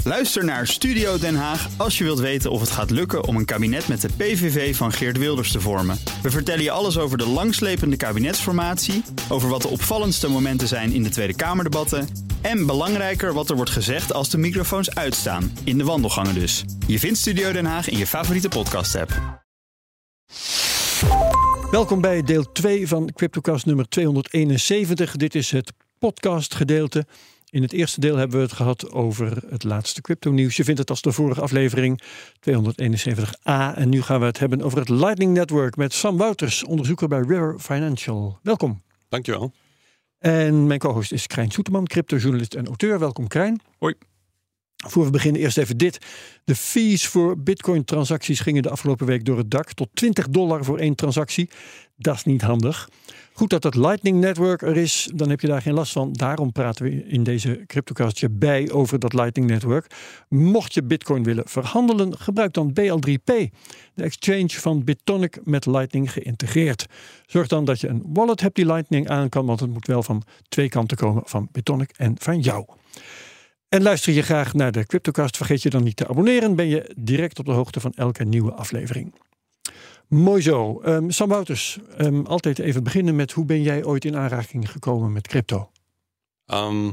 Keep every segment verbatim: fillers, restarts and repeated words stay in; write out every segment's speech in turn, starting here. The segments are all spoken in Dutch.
Luister naar Studio Den Haag als je wilt weten of het gaat lukken om een kabinet met de P V V van Geert Wilders te vormen. We vertellen je alles over de langslepende kabinetsformatie, over wat de opvallendste momenten zijn in de Tweede Kamerdebatten en belangrijker wat er wordt gezegd als de microfoons uitstaan, in de wandelgangen dus. Je vindt Studio Den Haag in je favoriete podcast-app. Welkom bij deel twee van CryptoCast nummer tweehonderdeenenzeventig. Dit is het podcastgedeelte. In het eerste deel hebben we het gehad over het laatste crypto-nieuws. Je vindt het als de vorige aflevering tweehonderdeenenzeventig a. En nu gaan we het hebben over het Lightning Network met Sam Wouters, onderzoeker bij River Financial. Welkom. Dankjewel. En mijn co-host is Krijn Soeterman, cryptojournalist en auteur. Welkom Krijn. Hoi. Voor we beginnen eerst even dit. De fees voor bitcoin-transacties gingen de afgelopen week door het dak. Tot twintig dollar voor één transactie. Dat is niet handig. Goed dat het Lightning Network er is. Dan heb je daar geen last van. Daarom praten we in deze CryptoCastje bij over dat Lightning Network. Mocht je bitcoin willen verhandelen, gebruik dan B L drie P. De exchange van BitTonic met Lightning geïntegreerd. Zorg dan dat je een wallet hebt die Lightning aan kan. Want het moet wel van twee kanten komen. Van BitTonic en van jou. En luister je graag naar de CryptoCast, vergeet je dan niet te abonneren. Ben je direct op de hoogte van elke nieuwe aflevering. Mooi zo. Um, Sam Wouters, um, altijd even beginnen met hoe ben jij ooit in aanraking gekomen met crypto? Um,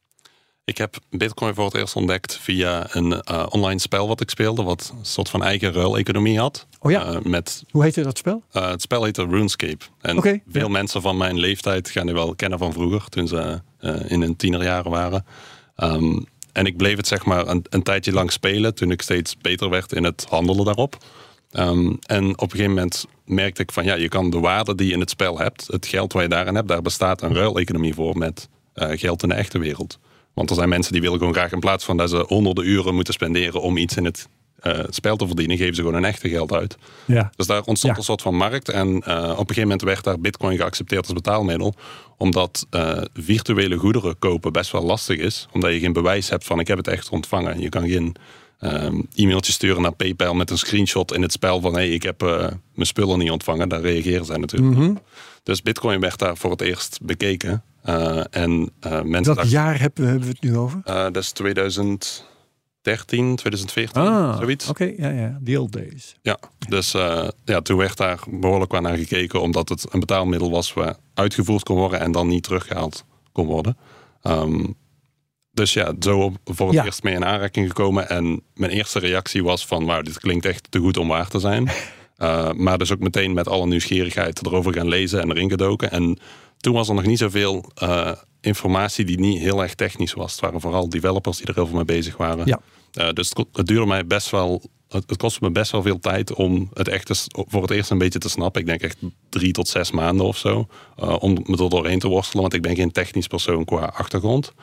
ik heb Bitcoin voor het eerst ontdekt via een uh, online spel wat ik speelde. Wat een soort van eigen ruileconomie had. Oh ja, uh, met, hoe heette dat spel? Uh, het spel heette RuneScape. En okay, veel ja. mensen van mijn leeftijd gaan die wel kennen van vroeger. Toen ze uh, in hun tienerjaren waren. Um, en ik bleef het zeg maar een, een tijdje lang spelen. Toen ik steeds beter werd in het handelen daarop. Um, en op een gegeven moment merkte ik van ja, je kan de waarde die je in het spel hebt, het geld wat je daarin hebt, daar bestaat een ruileconomie voor met uh, geld in de echte wereld. Want er zijn mensen die willen gewoon graag in plaats van dat ze honderden uren moeten spenderen om iets in het uh, spel te verdienen, geven ze gewoon een echte geld uit. Ja. Dus daar ontstond ja. een soort van markt. En uh, op een gegeven moment werd daar Bitcoin geaccepteerd als betaalmiddel. Omdat uh, virtuele goederen kopen best wel lastig is. Omdat je geen bewijs hebt van ik heb het echt ontvangen. Je kan geen um, e-mailtje sturen naar PayPal met een screenshot in het spel van hé, hey, ik heb uh, mijn spullen niet ontvangen. Daar reageren zij natuurlijk mm-hmm. niet. Dus Bitcoin werd daar voor het eerst bekeken. Uh, en uh, mensen Dat dachten, jaar hebben we, hebben we het nu over? Uh, dat is twintig dertien, twintig veertien, ah, zoiets. Oké, okay, ja, ja, the old days. Ja, dus uh, ja, toen werd daar behoorlijk wel naar gekeken, omdat het een betaalmiddel was waar uitgevoerd kon worden en dan niet teruggehaald kon worden. Um, dus ja, zo voor het ja. eerst mee in aanraking gekomen. En mijn eerste reactie was van, wauw, dit klinkt echt te goed om waar te zijn. Uh, maar dus ook meteen met alle nieuwsgierigheid erover gaan lezen en erin gedoken. En toen was er nog niet zoveel uh, informatie die niet heel erg technisch was. Het waren vooral developers die er heel veel mee bezig waren. Ja. Uh, dus het, het duurde mij best wel, het, het kostte me best wel veel tijd om het echt eens, voor het eerst een beetje te snappen. Ik denk echt drie tot zes maanden of zo. Uh, om me er doorheen te worstelen, want ik ben geen technisch persoon qua achtergrond.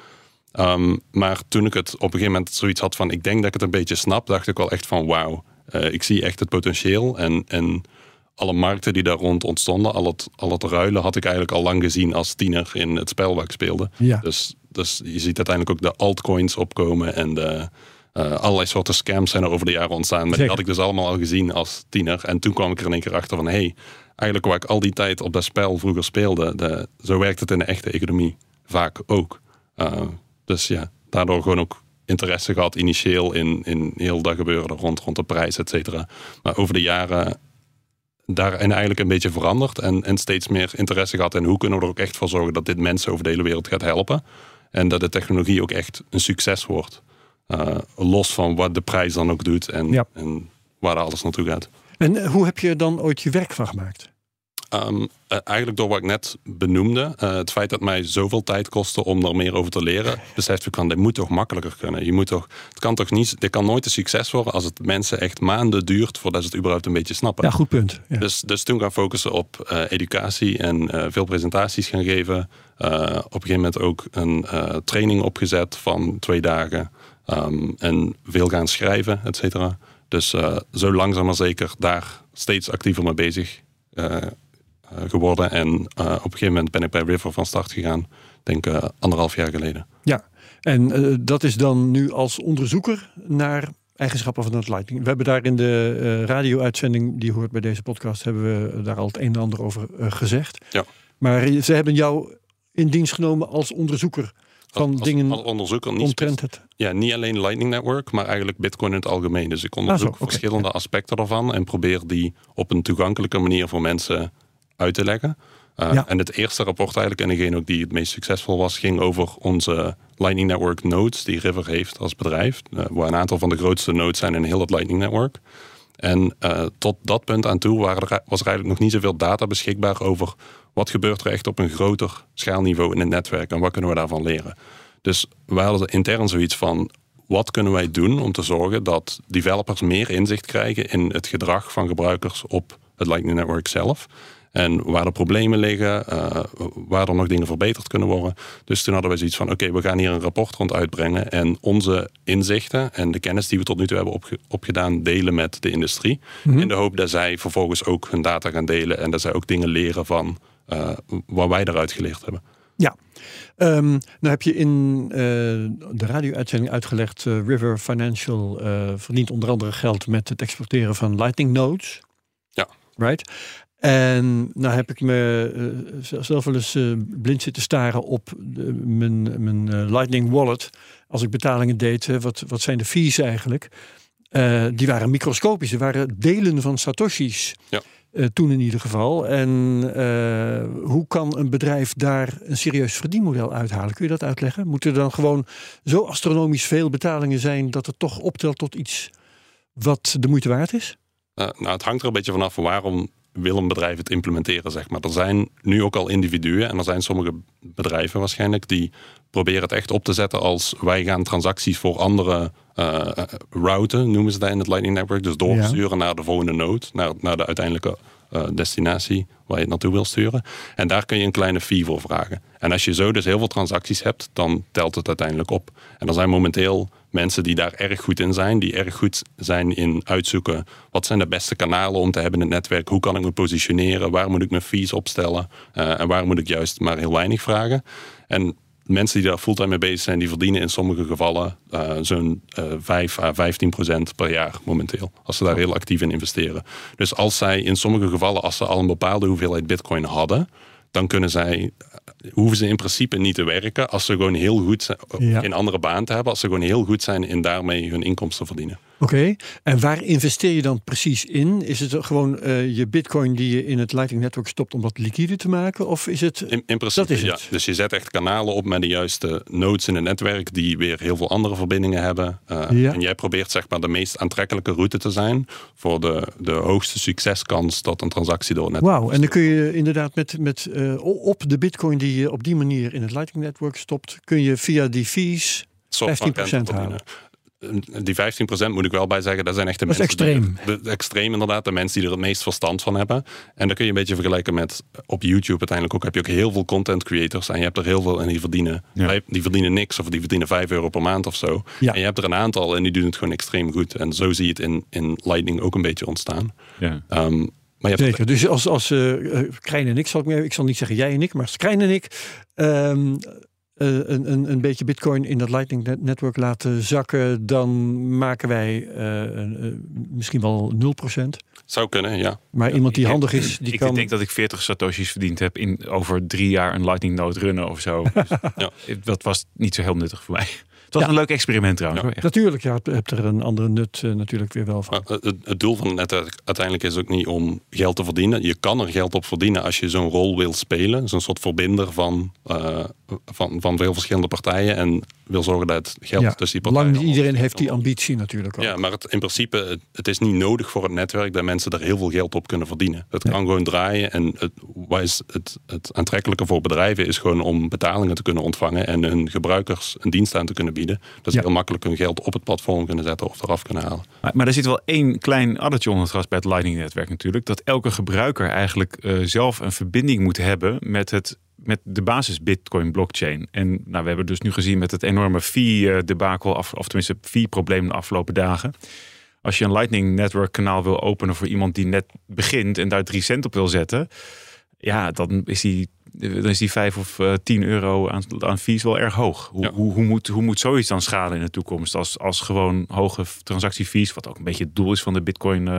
Um, maar toen ik het op een gegeven moment zoiets had van ik denk dat ik het een beetje snap, dacht ik wel echt van wauw. Uh, ik zie echt het potentieel en, en alle markten die daar rond ontstonden, al het, al het ruilen had ik eigenlijk al lang gezien als tiener in het spel waar ik speelde. Ja. Dus, dus je ziet uiteindelijk ook de altcoins opkomen en de, uh, allerlei soorten scams zijn er over de jaren ontstaan. Maar Zeker. Die had ik dus allemaal al gezien als tiener. En toen kwam ik er in één keer achter van hé, hey, eigenlijk waar ik al die tijd op dat spel vroeger speelde, de, zo werkt het in de echte economie vaak ook. Uh, dus ja, daardoor gewoon ook interesse gehad initieel in, in heel dat gebeuren rond, rond de prijs, et cetera. Maar over de jaren daarin eigenlijk een beetje veranderd en, en steeds meer interesse gehad in hoe kunnen we er ook echt voor zorgen dat dit mensen over de hele wereld gaat helpen. En dat de technologie ook echt een succes wordt. Uh, los van wat de prijs dan ook doet en, ja. en waar alles naartoe gaat. En hoe heb je dan ooit je werk van gemaakt? Um, uh, eigenlijk door wat ik net benoemde. Uh, het feit dat mij zoveel tijd kostte om er meer over te leren. Besef ik van, dit moet toch makkelijker kunnen. Je moet toch, het kan toch niet, dit kan nooit een succes worden als het mensen echt maanden duurt voordat ze het überhaupt een beetje snappen. Ja, goed punt. Ja. Dus, dus toen gaan focussen op uh, educatie en uh, veel presentaties gaan geven. Uh, op een gegeven moment ook een uh, training opgezet van twee dagen. Um, en veel gaan schrijven, et cetera. Dus uh, zo langzaam maar zeker daar steeds actiever mee bezig uh, geworden. En uh, op een gegeven moment ben ik bij River van start gegaan. Denk uh, anderhalf jaar geleden. Ja, en uh, dat is dan nu als onderzoeker naar eigenschappen van het Lightning. We hebben daar in de uh, radio-uitzending die hoort bij deze podcast, hebben we daar al het een en ander over uh, gezegd. Ja. Maar ze hebben jou in dienst genomen als onderzoeker van als, dingen als onderzoeker niet omtrent het? Ja, niet alleen Lightning Network, maar eigenlijk Bitcoin in het algemeen. Dus ik onderzoek ah, zo, okay. verschillende aspecten daarvan en probeer die op een toegankelijke manier voor mensen uit te leggen. Uh, ja. En het eerste rapport eigenlijk, en degene ook die het meest succesvol was, ging over onze Lightning Network nodes die River heeft als bedrijf. Uh, waar een aantal van de grootste nodes zijn in heel het Lightning Network. En uh, tot dat punt aan toe waren er, was er eigenlijk nog niet zoveel data beschikbaar over wat gebeurt er echt op een groter schaalniveau in het netwerk en wat kunnen we daarvan leren. Dus we hadden intern zoiets van, wat kunnen wij doen om te zorgen dat developers meer inzicht krijgen in het gedrag van gebruikers op het Lightning Network zelf. En waar er problemen liggen, uh, waar er nog dingen verbeterd kunnen worden. Dus toen hadden we zoiets van, oké, okay, we gaan hier een rapport rond uitbrengen. En onze inzichten en de kennis die we tot nu toe hebben opge- opgedaan delen met de industrie. Mm-hmm. In de hoop dat zij vervolgens ook hun data gaan delen. En dat zij ook dingen leren van uh, wat wij eruit geleerd hebben. Ja, um, nou heb je in uh, de radio-uitzending uitgelegd... Uh, River Financial uh, verdient onder andere geld met het exporteren van Lightning nodes. Ja. Right? En nou heb ik me uh, zelf wel eens uh, blind zitten staren op de, mijn, mijn uh, Lightning Wallet. Als ik betalingen deed, uh, wat, wat zijn de fees eigenlijk? Uh, die waren microscopisch, er waren delen van Satoshi's. Ja. Uh, toen in ieder geval. En uh, hoe kan een bedrijf daar een serieus verdienmodel uithalen? Kun je dat uitleggen? Moeten er dan gewoon zo astronomisch veel betalingen zijn dat het toch optelt tot iets wat de moeite waard is? Uh, nou, het hangt er een beetje vanaf waarom wil een bedrijf het implementeren, zeg maar. Er zijn nu ook al individuen en er zijn sommige bedrijven waarschijnlijk die proberen het echt op te zetten als wij gaan transacties voor andere uh, routen, noemen ze dat in het Lightning Network, dus doorsturen ja. naar de volgende node, naar, naar de uiteindelijke uh, destinatie waar je het naartoe wil sturen. En daar kun je een kleine fee voor vragen. En als je zo dus heel veel transacties hebt, dan telt het uiteindelijk op. En er zijn momenteel mensen die daar erg goed in zijn, die erg goed zijn in uitzoeken wat zijn de beste kanalen om te hebben in het netwerk, hoe kan ik me positioneren, waar moet ik mijn fees opstellen uh, en waar moet ik juist maar heel weinig vragen. En mensen die daar fulltime mee bezig zijn, die verdienen in sommige gevallen uh, zo'n uh, vijf à vijftien procent per jaar momenteel. Als ze daar heel actief in investeren. Dus als zij in sommige gevallen, als ze al een bepaalde hoeveelheid bitcoin hadden, dan kunnen zij, hoeven ze in principe niet te werken als ze gewoon heel goed zijn, ja. in andere baan te hebben, als ze gewoon heel goed zijn in daarmee hun inkomsten verdienen. Oké, okay. En waar investeer je dan precies in? Is het gewoon uh, je bitcoin die je in het Lightning Network stopt om dat liquide te maken? Of is het... In, in principe, dat is ja. Het. Dus je zet echt kanalen op met de juiste nodes in het netwerk die weer heel veel andere verbindingen hebben. Uh, ja. En jij probeert zeg maar de meest aantrekkelijke route te zijn voor de, de hoogste succeskans dat een transactie door het netwerk. Wauw, en dan kun je inderdaad met, met uh, op de bitcoin die je op die manier in het Lightning Network stopt, kun je via die fees vijftien procent halen. Die vijftien procent moet ik wel bij zeggen, dat zijn echt de dat mensen... Dat is extreem. Die, de, extreem inderdaad, de mensen die er het meest verstand van hebben. En dan kun je een beetje vergelijken met op YouTube uiteindelijk ook. Heb je ook heel veel content creators en je hebt er heel veel en die verdienen, ja. die verdienen niks of die verdienen vijf euro per maand of zo. Ja. En je hebt er een aantal en die doen het gewoon extreem goed. En zo zie je het in, in Lightning ook een beetje ontstaan. Ja. Um, Maar Zeker, dus als, als uh, Krijn en ik, zal ik, meer, ik zal niet zeggen jij en ik, maar als Krijn en ik um, uh, een, een, een beetje bitcoin in dat Lightning Network laten zakken, dan maken wij uh, uh, misschien wel nul procent. Zou kunnen, ja. Maar ja, iemand die ik, handig is, die ik kan... Ik denk dat ik veertig satoshis verdiend heb in over drie jaar een Lightning node runnen of zo. Dus ja. Dat was niet zo heel nuttig voor mij. Het was ja. een leuk experiment trouwens. Ja. Hoor, natuurlijk, ja, je hebt er een andere nut uh, natuurlijk weer wel van. Het, het doel van het netwerk uiteindelijk is ook niet om geld te verdienen. Je kan er geld op verdienen als je zo'n rol wil spelen. Zo'n soort verbinder van, uh, van, van veel verschillende partijen. En wil zorgen dat het geld ja. tussen die partijen... Lang niet iedereen heeft die ambitie natuurlijk ook. Ja, maar het, in principe, het, het is niet nodig voor het netwerk dat mensen er heel veel geld op kunnen verdienen. Het nee. kan gewoon draaien. En het, wat is het, het aantrekkelijke voor bedrijven is gewoon om betalingen te kunnen ontvangen en hun gebruikers een dienst aan te kunnen bieden. Dat ze ja. heel makkelijk hun geld op het platform kunnen zetten of eraf kunnen halen. Maar, maar er zit wel één klein addertje onder het gras bij het Lightning-netwerk natuurlijk. Dat elke gebruiker eigenlijk uh, zelf een verbinding moet hebben met het met de basis Bitcoin blockchain. En nou, we hebben dus nu gezien met het enorme fee-debakel, of, of tenminste fee-probleem de afgelopen dagen. Als je een Lightning Network kanaal wil openen voor iemand die net begint en daar drie cent op wil zetten, ja, dan is die, dan is die vijf of uh, tien euro aan, aan fees wel erg hoog. Hoe, ja. hoe, hoe, moet, hoe moet zoiets dan schalen in de toekomst als, als gewoon hoge transactiefees, wat ook een beetje het doel is van de Bitcoin uh,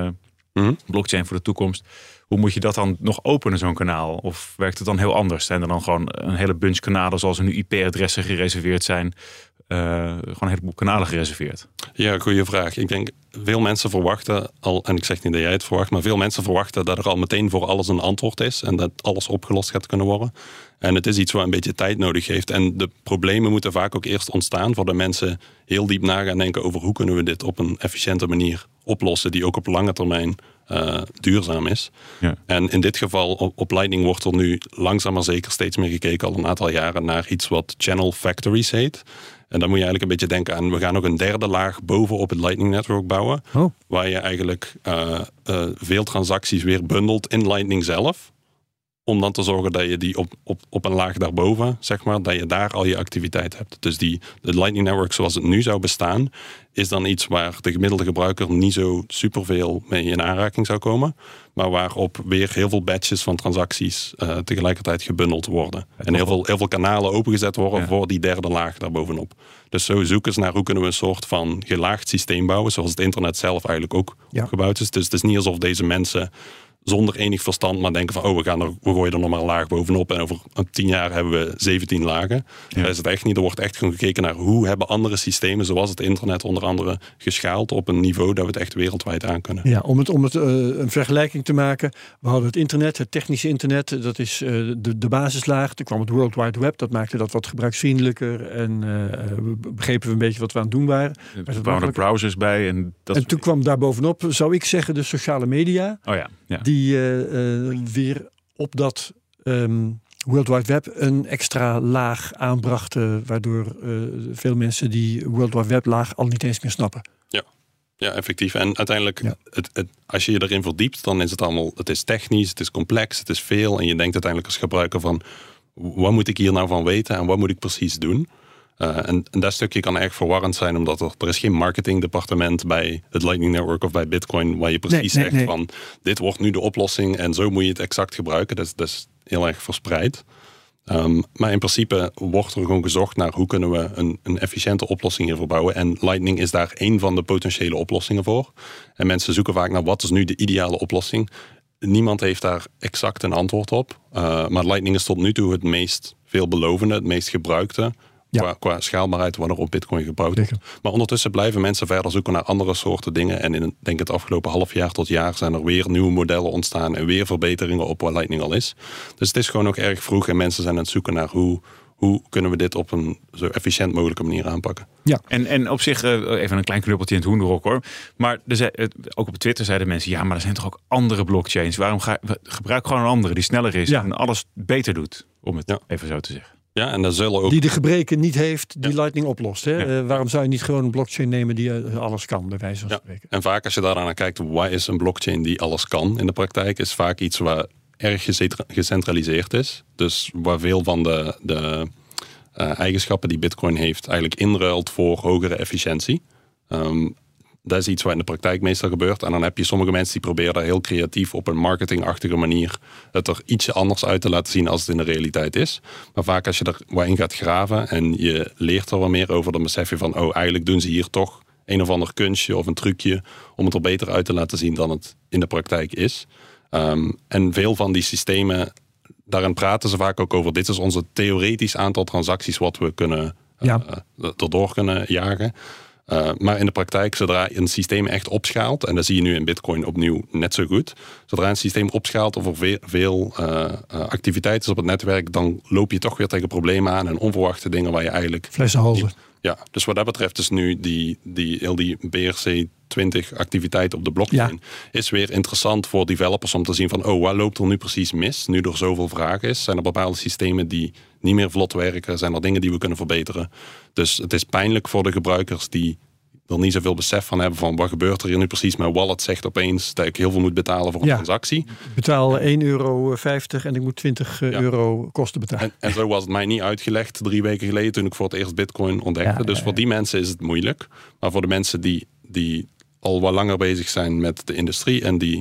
Mm-hmm. Blockchain voor de toekomst. Hoe moet je dat dan nog openen, zo'n kanaal? Of werkt het dan heel anders? Zijn er dan gewoon een hele bunch kanalen zoals er nu I P-adressen gereserveerd zijn? Uh, gewoon een heleboel kanalen gereserveerd? Ja, goede vraag. Ik denk, veel mensen verwachten al, en ik zeg niet dat jij het verwacht, maar veel mensen verwachten dat er al meteen voor alles een antwoord is en dat alles opgelost gaat kunnen worden. En het is iets wat een beetje tijd nodig heeft. En de problemen moeten vaak ook eerst ontstaan voordat mensen heel diep na gaan denken over hoe kunnen we dit op een efficiënte manier oplossen die ook op lange termijn uh, duurzaam is. Ja. En in dit geval op, op Lightning wordt er nu langzaam maar zeker steeds meer gekeken al een aantal jaren naar iets wat Channel Factories heet. En dan moet je eigenlijk een beetje denken aan, we gaan nog een derde laag bovenop het Lightning Network bouwen. Oh. Waar je eigenlijk uh, uh, veel transacties weer bundelt in Lightning zelf. Om dan te zorgen dat je die op, op, op een laag daarboven, zeg maar, dat je daar al je activiteit hebt. Dus die, de Lightning Network zoals het nu zou bestaan, is dan iets waar de gemiddelde gebruiker niet zo superveel mee in aanraking zou komen. Maar waarop weer heel veel batches van transacties uh, tegelijkertijd gebundeld worden. En heel veel, heel veel kanalen opengezet worden ja. voor die derde laag daarbovenop. Dus zo zoeken ze naar hoe kunnen we een soort van gelaagd systeem bouwen, zoals het internet zelf eigenlijk ook ja. gebouwd is. Dus het is niet alsof deze mensen zonder enig verstand maar denken van, oh, we gaan er, we gooien er nog maar een laag bovenop en over tien jaar hebben we zeventien lagen. Ja. Dat is het echt niet. Er wordt echt gewoon gekeken naar hoe hebben andere systemen, zoals het internet onder andere, geschaald op een niveau dat we het echt wereldwijd aan kunnen. Ja, om het, om het uh, een vergelijking te maken. We hadden het internet, het technische internet, dat is uh, de, de basislaag. Toen kwam het World Wide Web, dat maakte dat wat gebruiksvriendelijker en uh, we begrepen we een beetje wat we aan het doen waren. Er kwamen er browsers bij. En, dat en toen kwam daar bovenop, zou ik zeggen, de sociale media. Oh ja, ja. Die uh, uh, weer op dat um, World Wide Web een extra laag aanbrachten, waardoor uh, veel mensen die World Wide Web laag al niet eens meer snappen. Ja, ja, effectief. En uiteindelijk, ja. het, het, als je je erin verdiept, dan is het allemaal, het is technisch, het is complex, het is veel. En je denkt uiteindelijk als gebruiker van, wat moet ik hier nou van weten en wat moet ik precies doen? Uh, en, en dat stukje kan erg verwarrend zijn, omdat er, er is geen marketingdepartement bij het Lightning Network of bij Bitcoin waar je precies nee, nee, zegt nee. van, dit wordt nu de oplossing en zo moet je het exact gebruiken. Dat is, dat is heel erg verspreid. Um, maar in principe wordt er gewoon gezocht naar hoe kunnen we een, een efficiënte oplossing hiervoor bouwen. En Lightning is daar één van de potentiële oplossingen voor. En mensen zoeken vaak naar wat is nu de ideale oplossing. Niemand heeft daar exact een antwoord op. Uh, maar Lightning is tot nu toe het meest veelbelovende, het meest gebruikte. Ja. Qua, qua schaalbaarheid wat er op Bitcoin gebruikt wordt. Maar ondertussen blijven mensen verder zoeken naar andere soorten dingen. En in denk ik het afgelopen half jaar tot jaar zijn er weer nieuwe modellen ontstaan. En weer verbeteringen op wat Lightning al is. Dus het is gewoon nog erg vroeg. En mensen zijn aan het zoeken naar hoe, hoe kunnen we dit op een zo efficiënt mogelijke manier aanpakken. Ja, en, en op zich, even een klein knuppeltje in het hoenderhok hoor. Maar er zei, ook op Twitter zeiden mensen, ja, maar er zijn toch ook andere blockchains. Waarom ga, gebruik gewoon een andere die sneller is ja. en alles beter doet. Om het ja. even zo te zeggen. Ja, en daar zullen ook... Die de gebreken niet heeft, die ja. Lightning oplost. Hè? Ja. Uh, waarom zou je niet gewoon een blockchain nemen die uh, alles kan, bij wijze van ja. spreken? En vaak als je daaraan kijkt, wat is een blockchain die alles kan in de praktijk, is vaak iets waar erg gecentraliseerd is. Dus waar veel van de, de uh, eigenschappen die Bitcoin heeft eigenlijk inruilt voor hogere efficiëntie. Um, Dat is iets wat in de praktijk meestal gebeurt. En dan heb je sommige mensen die proberen daar heel creatief op een marketingachtige manier het er ietsje anders uit te laten zien als het in de realiteit is. Maar vaak als je er wat in gaat graven en je leert er wat meer over, dan besef je van, oh, eigenlijk doen ze hier toch een of ander kunstje of een trucje om het er beter uit te laten zien dan het in de praktijk is. Um, en veel van die systemen, daarin praten ze vaak ook over, dit is onze theoretisch aantal transacties wat we kunnen, ja. uh, erdoor kunnen jagen. Uh, maar in de praktijk, zodra een systeem echt opschaalt, en dat zie je nu in Bitcoin opnieuw net zo goed, zodra een systeem opschaalt of er veel, veel uh, uh, activiteit is op het netwerk, dan loop je toch weer tegen problemen aan en onverwachte dingen waar je eigenlijk... Flessenhalzen. Ja, dus wat dat betreft is nu die, die, heel die B R C twintig activiteit op de blockchain ja. is weer interessant voor developers om te zien van, oh, waar loopt er nu precies mis? Nu er zoveel vraag is, zijn er bepaalde systemen die niet meer vlot werken? Zijn er dingen die we kunnen verbeteren? Dus het is pijnlijk voor de gebruikers die er niet zoveel besef van hebben van, wat gebeurt er hier nu precies? Mijn wallet zegt opeens dat ik heel veel moet betalen voor een ja. transactie. Ik betaal één euro vijftig en ik moet twintig ja. euro kosten betalen. En, en zo was het mij niet uitgelegd drie weken geleden toen ik voor het eerst Bitcoin ontdekte. Ja, dus ja, voor die mensen is het moeilijk. Maar voor de mensen die, die al wat langer bezig zijn met de industrie en die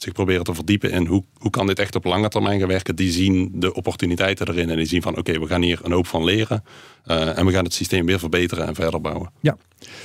zich proberen te verdiepen in hoe, hoe kan dit echt op lange termijn gaan werken. Die zien de opportuniteiten erin en die zien van oké, okay, we gaan hier een hoop van leren. Uh, en we gaan het systeem weer verbeteren en verder bouwen. Ja.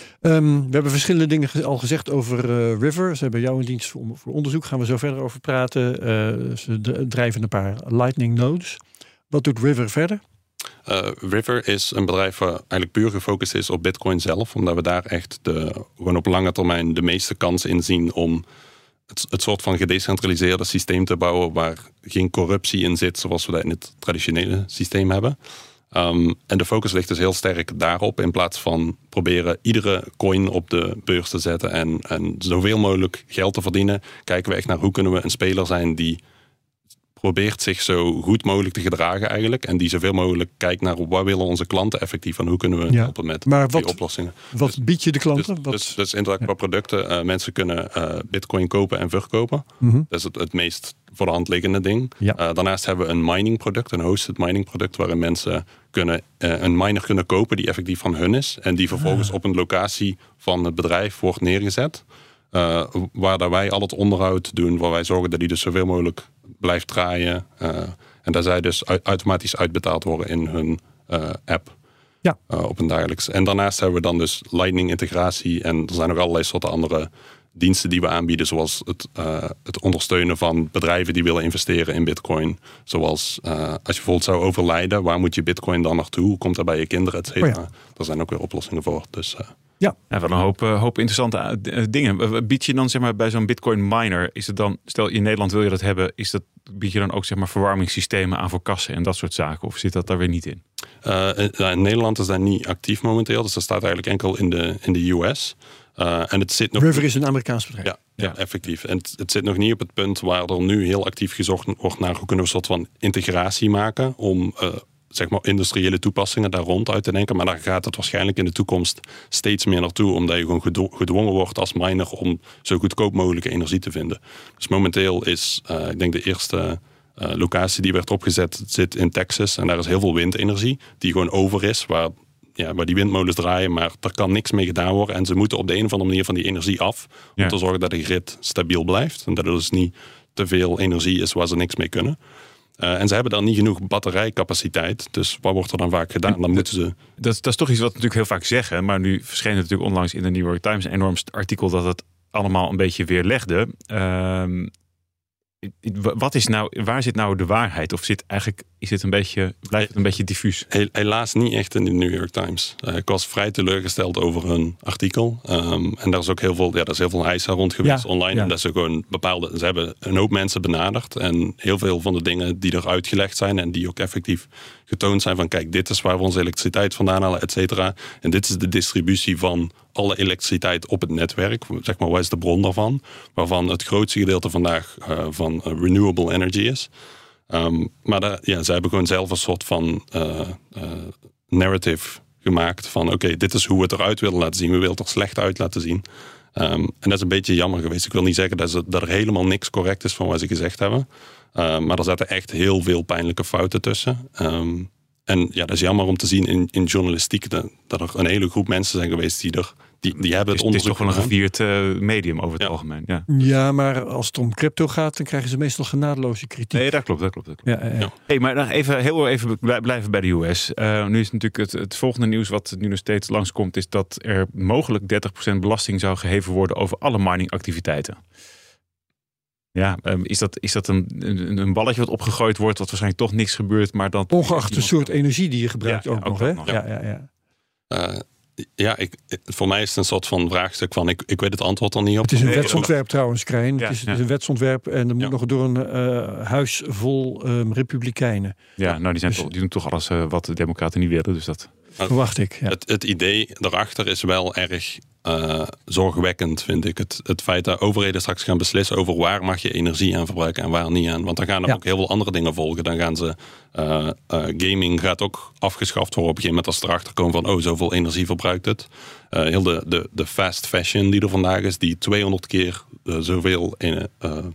Um, we hebben verschillende dingen al gezegd over uh, River. Ze hebben jou in dienst voor, voor onderzoek. Gaan we zo verder over praten. Uh, ze d- drijven een paar Lightning nodes. Wat doet River verder? Uh, River is een bedrijf waar eigenlijk puur gefocust is op Bitcoin zelf. Omdat we daar echt de, gewoon op lange termijn de meeste kans in zien om het, het soort van gedecentraliseerde systeem te bouwen waar geen corruptie in zit zoals we dat in het traditionele systeem hebben. Um, en de focus ligt dus heel sterk daarop in plaats van proberen iedere coin op de beurs te zetten en, en zoveel mogelijk geld te verdienen. Kijken we echt naar hoe kunnen we een speler zijn die probeert zich zo goed mogelijk te gedragen eigenlijk. En die zoveel mogelijk kijkt naar wat willen onze klanten effectief en hoe kunnen we ja. helpen met maar die wat, oplossingen. Wat dus, bied je de klanten? Dus, wat? dus, dus inderdaad qua producten. Uh, mensen kunnen uh, Bitcoin kopen en verkopen. Mm-hmm. Dat is het, het meest voor de hand liggende ding. Ja. Uh, daarnaast hebben we een mining product, een hosted mining product, waarin mensen kunnen, uh, een miner kunnen kopen die effectief van hun is. En die vervolgens ah. op een locatie van het bedrijf wordt neergezet. Uh, waar daar wij al het onderhoud doen, waar wij zorgen dat die dus zoveel mogelijk blijft draaien. Uh, en daar zij dus automatisch uitbetaald worden in hun uh, app. Ja. Uh, op een dagelijks. En daarnaast hebben we dan dus Lightning integratie. En er zijn nog allerlei soorten andere diensten die we aanbieden. Zoals het, uh, het ondersteunen van bedrijven die willen investeren in Bitcoin. Zoals uh, als je bijvoorbeeld zou overlijden, waar moet je Bitcoin dan naartoe? Hoe komt dat bij je kinderen, et cetera? Oh ja. Daar zijn ook weer oplossingen voor. Dus, uh, Ja, ja, wel een hoop, uh, hoop interessante uh, dingen. Bied je dan zeg maar bij zo'n Bitcoin miner, is het dan, stel in Nederland wil je dat hebben, is dat, bied je dan ook zeg maar verwarmingssystemen aan voor kassen en dat soort zaken? Of zit dat daar weer niet in? Uh, in, in Nederland is dat niet actief momenteel, dus dat staat eigenlijk enkel in de, in de U S. Uh, en het zit nog River is een Amerikaans bedrijf. Ja, ja, ja. effectief. En het, het zit nog niet op het punt waar er nu heel actief gezocht wordt naar hoe kunnen we een soort van integratie maken om uh, zeg maar industriële toepassingen daar rond uit te denken. Maar daar gaat het waarschijnlijk in de toekomst steeds meer naartoe, omdat je gewoon gedwo- gedwongen wordt als miner om zo goedkoop mogelijke energie te vinden. Dus momenteel is, uh, ik denk de eerste uh, locatie die werd opgezet zit in Texas. En daar is heel veel windenergie die gewoon over is, waar, ja, waar die windmolens draaien, maar er kan niks mee gedaan worden. En ze moeten op de een of andere manier van die energie af, om ja. te zorgen dat de grid stabiel blijft. En dat er dus niet te veel energie is waar ze niks mee kunnen. Uh, en ze hebben dan niet genoeg batterijcapaciteit. Dus wat wordt er dan vaak gedaan? Dan moeten ze... Dat, dat is toch iets wat we natuurlijk heel vaak zeggen. Maar nu verscheen het natuurlijk onlangs in de New York Times een enorm artikel dat het allemaal een beetje weerlegde. Uh, wat is nou, waar zit nou de waarheid? Of zit eigenlijk, is het een beetje, blijft het een beetje diffuus? Helaas niet echt in de New York Times. Uh, ik was vrij teleurgesteld over hun artikel. Um, en daar is ook heel veel, ja, daar is heel veel eisen rond geweest ja, online. Ja. En dat ze gewoon bepaalde, ze hebben een hoop mensen benaderd. En heel veel van de dingen die er uitgelegd zijn en die ook effectief getoond zijn van kijk, dit is waar we onze elektriciteit vandaan halen, et cetera. En dit is de distributie van alle elektriciteit op het netwerk. Zeg maar, wat is de bron daarvan? Waarvan het grootste gedeelte vandaag uh, van uh, renewable energy is. Um, maar daar, ja, ze hebben gewoon zelf een soort van uh, uh, narrative gemaakt van oké, okay, dit is hoe we het eruit willen laten zien. We willen het er slecht uit laten zien. Um, en dat is een beetje jammer geweest. Ik wil niet zeggen dat, ze, dat er helemaal niks correct is van wat ze gezegd hebben. Uh, maar er zaten echt heel veel pijnlijke fouten tussen. Um, en ja, dat is jammer om te zien in, in journalistiek dat, dat er een hele groep mensen zijn geweest die er Die, die hebben het, het onderzoek. Het is toch wel een gedaan. gevierd uh, medium over het ja. algemeen. Ja. ja, maar als het om crypto gaat, dan krijgen ze meestal genadeloze kritiek. Nee, dat klopt. Dat klopt, dat klopt. Ja, ja. Ja. Hey, maar dan even, heel even blijven bij de U S. Uh, nu is natuurlijk het, het volgende nieuws wat nu nog steeds langskomt, is dat er mogelijk dertig procent belasting zou geheven worden over alle miningactiviteiten. Ja, um, is dat, is dat een, een, een balletje wat opgegooid wordt, wat waarschijnlijk toch niks gebeurt, maar dan... Ongeacht de soort energie die je gebruikt ja, ook, ja, ook nog, hè? Nog. Ja, ja, ja. Uh, Ja, ik, voor mij is het een soort van vraagstuk van, ik, ik weet het antwoord er niet op. Het is een nee, wetsontwerp ook... trouwens, Krijn. Ja, het, is, ja. het is een wetsontwerp en er moet ja. nog door een uh, huis vol um, republikeinen. Ja, nou die, zijn dus, toch, die doen toch alles uh, wat de democraten niet willen, dus dat... Verwacht ik, ja. Het, het idee daarachter is wel erg uh, zorgwekkend, vind ik. Het, het feit dat overheden straks gaan beslissen over waar mag je energie aan verbruiken en waar niet aan. Want dan gaan er ja. ook heel veel andere dingen volgen. Dan gaan ze, uh, uh, gaming gaat ook afgeschaft worden op een gegeven moment als ze erachter komen van, oh, zoveel energie verbruikt het. Uh, heel de, de, de fast fashion die er vandaag is, die tweehonderd keer uh, zoveel in, uh,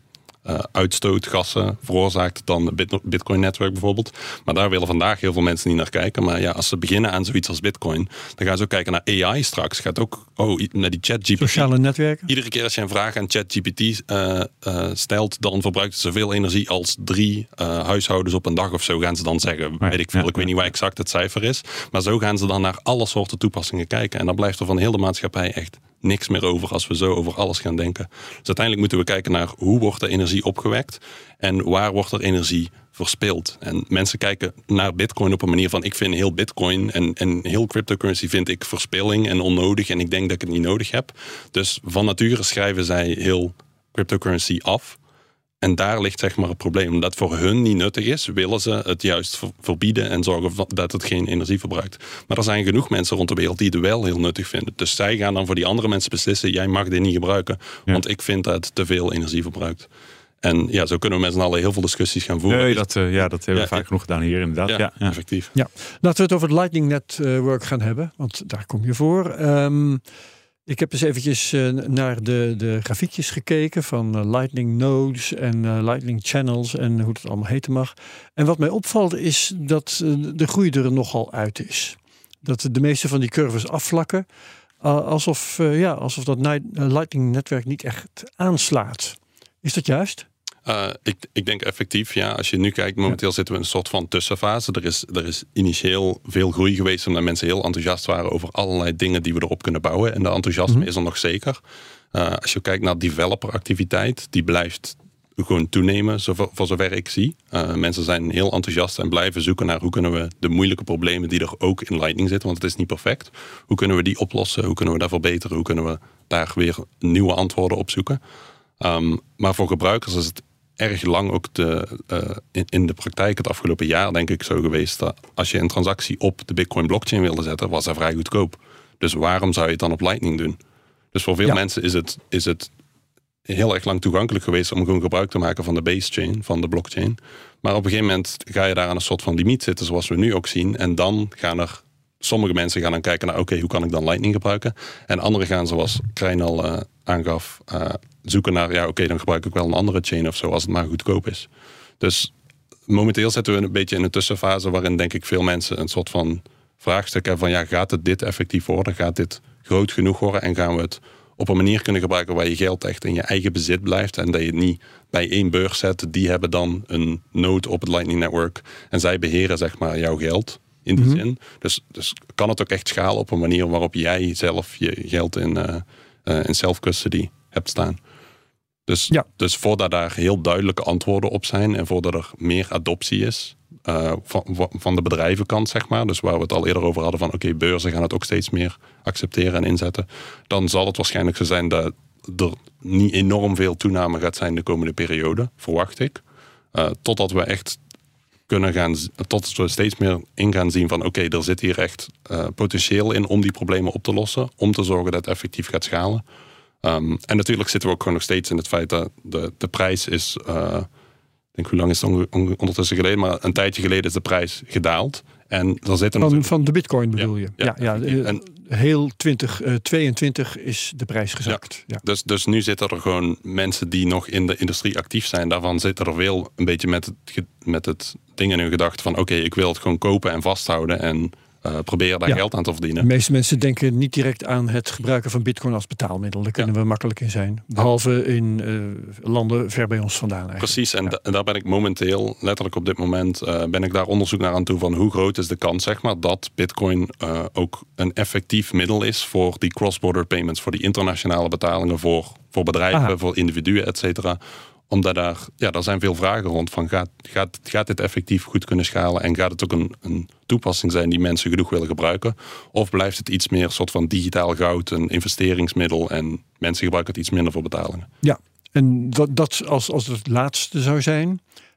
uh, uitstootgassen veroorzaakt dan het Bitcoin-netwerk bijvoorbeeld. Maar daar willen vandaag heel veel mensen niet naar kijken. Maar ja, als ze beginnen aan zoiets als Bitcoin, dan gaan ze ook kijken naar A I straks. Gaat ook oh, naar die ChatGPT. Sociale netwerken. Iedere keer als je een vraag aan ChatGPT uh, uh, stelt, dan verbruikt het zoveel energie als drie uh, huishoudens op een dag of zo, gaan ze dan zeggen. Ja, weet ik veel, ja, ik weet niet waar exact het cijfer is. Maar zo gaan ze dan naar alle soorten toepassingen kijken. En dan blijft er van heel de maatschappij echt niks meer over als we zo over alles gaan denken. Dus uiteindelijk moeten we kijken naar hoe wordt er energie opgewekt en waar wordt er energie verspild. En mensen kijken naar Bitcoin op een manier van ik vind heel Bitcoin en, en heel cryptocurrency vind ik verspilling en onnodig en ik denk dat ik het niet nodig heb. Dus van nature schrijven zij heel cryptocurrency af. En daar ligt zeg maar het probleem. Omdat het voor hun niet nuttig is, willen ze het juist verbieden en zorgen dat het geen energie verbruikt. Maar er zijn genoeg mensen rond de wereld die het wel heel nuttig vinden. Dus zij gaan dan voor die andere mensen beslissen, jij mag dit niet gebruiken, ja. want ik vind dat het te veel energie verbruikt. En ja, zo kunnen we met z'n allen heel veel discussies gaan voeren. Nee, dat, uh, ja, dat hebben we ja, vaak genoeg gedaan hier inderdaad. Ja, ja, ja. effectief. Ja. Laten we het over het Lightning Network gaan hebben, want daar kom je voor. Um, Ik heb eens eventjes uh, naar de, de grafiekjes gekeken van uh, Lightning Nodes en uh, Lightning Channels en hoe het allemaal heten mag. En wat mij opvalt is dat uh, de groei er nogal uit is. Dat de meeste van die curves afvlakken, uh, alsof, uh, ja, alsof dat uh, Lightning netwerk niet echt aanslaat. Is dat juist? Uh, ik, ik denk effectief, ja. Als je nu kijkt, momenteel ja. zitten we in een soort van tussenfase. Er is, er is initieel veel groei geweest omdat mensen heel enthousiast waren over allerlei dingen die we erop kunnen bouwen. En de enthousiasme mm-hmm. is er nog zeker. Uh, als je kijkt naar developeractiviteit, die blijft gewoon toenemen, zover, voor zover ik zie. Uh, mensen zijn heel enthousiast en blijven zoeken naar hoe kunnen we de moeilijke problemen die er ook in Lightning zitten, want het is niet perfect. Hoe kunnen we die oplossen? Hoe kunnen we dat verbeteren? Hoe kunnen we daar weer nieuwe antwoorden op zoeken? Um, maar voor gebruikers is het erg lang ook de, uh, in, in de praktijk het afgelopen jaar denk ik zo geweest dat als je een transactie op de Bitcoin blockchain wilde zetten, was dat vrij goedkoop. Dus waarom zou je het dan op Lightning doen? Dus voor veel ja. mensen is het, is het heel erg lang toegankelijk geweest om gewoon gebruik te maken van de base chain, van de blockchain. Maar op een gegeven moment ga je daar aan een soort van limiet zitten, zoals we nu ook zien. En dan gaan er, sommige mensen gaan dan kijken naar, oké, okay, hoe kan ik dan Lightning gebruiken? En anderen gaan, zoals Krijn al uh, aangaf, uh, zoeken naar, ja, oké, okay, dan gebruik ik wel een andere chain of zo, als het maar goedkoop is. Dus momenteel zitten we een beetje in een tussenfase waarin denk ik veel mensen een soort van vraagstuk hebben van, ja, gaat het dit effectief worden? Gaat dit groot genoeg worden? En gaan we het op een manier kunnen gebruiken waar je geld echt in je eigen bezit blijft en dat je het niet bij één beurs zet. Die hebben dan een node op het Lightning Network en zij beheren zeg maar jouw geld in die mm-hmm. zin. Dus, dus kan het ook echt schalen op een manier waarop jij zelf je geld in, uh, uh, in self-custody hebt staan. Dus, ja. dus voordat daar heel duidelijke antwoorden op zijn en voordat er meer adoptie is uh, van, van de bedrijvenkant, zeg maar, dus waar we het al eerder over hadden van oké, okay, beurzen gaan het ook steeds meer accepteren en inzetten, dan zal het waarschijnlijk zo zijn dat er niet enorm veel toename gaat zijn de komende periode, verwacht ik. Uh, totdat we echt kunnen gaan, tot we steeds meer in gaan zien van oké, okay, er zit hier echt uh, potentieel in om die problemen op te lossen, om te zorgen dat het effectief gaat schalen. Um, en natuurlijk zitten we ook gewoon nog steeds in het feit dat de, de prijs is, uh, ik denk hoe lang is het on, on, ondertussen geleden, maar een tijdje geleden is de prijs gedaald. En er zitten van, van de bitcoin bedoel ja, je? Ja, ja, ja en, heel twintig tweeëntwintig is de prijs gezakt. Ja, ja. Dus, dus nu zitten er gewoon mensen die nog in de industrie actief zijn. Daarvan zitten er veel een beetje met het, met het ding in hun gedachten van oké, okay, ik wil het gewoon kopen en vasthouden en Uh, proberen daar ja. geld aan te verdienen. De meeste mensen denken niet direct aan het gebruiken van bitcoin als betaalmiddel. Daar kunnen ja. we makkelijk in zijn. Behalve in uh, landen ver bij ons vandaan eigenlijk. Precies, en, ja. da- en daar ben ik momenteel, letterlijk op dit moment, uh, ben ik daar onderzoek naar aan toe van hoe groot is de kans, zeg maar, dat bitcoin uh, ook een effectief middel is voor die cross-border payments, voor die internationale betalingen, voor, voor bedrijven, Aha. voor individuen, et cetera. Omdat daar, ja, daar zijn veel vragen rond van gaat, gaat, gaat dit effectief goed kunnen schalen en gaat het ook een, een toepassing zijn die mensen genoeg willen gebruiken? Of blijft het iets meer een soort van digitaal goud, een investeringsmiddel en mensen gebruiken het iets minder voor betalingen? Ja, en dat, dat als, als het laatste zou zijn,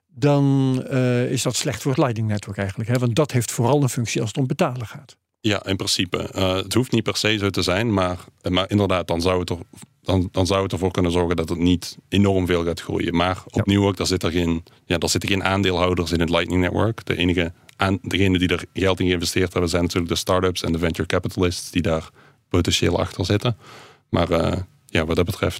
dan uh, is dat slecht voor het Lightning Network eigenlijk. Hè? Want dat heeft vooral een functie als het om betalen gaat. Ja, in principe. Uh, het hoeft niet per se zo te zijn, maar, maar inderdaad, dan zou het er... Dan, dan zou het ervoor kunnen zorgen dat het niet enorm veel gaat groeien. Maar opnieuw ook, daar zitten geen, ja, daar zitten geen aandeelhouders in het Lightning Network. De enige aan, degene die er geld in geïnvesteerd hebben zijn natuurlijk de startups en de venture capitalists die daar potentieel achter zitten. Maar uh, ja, wat dat betreft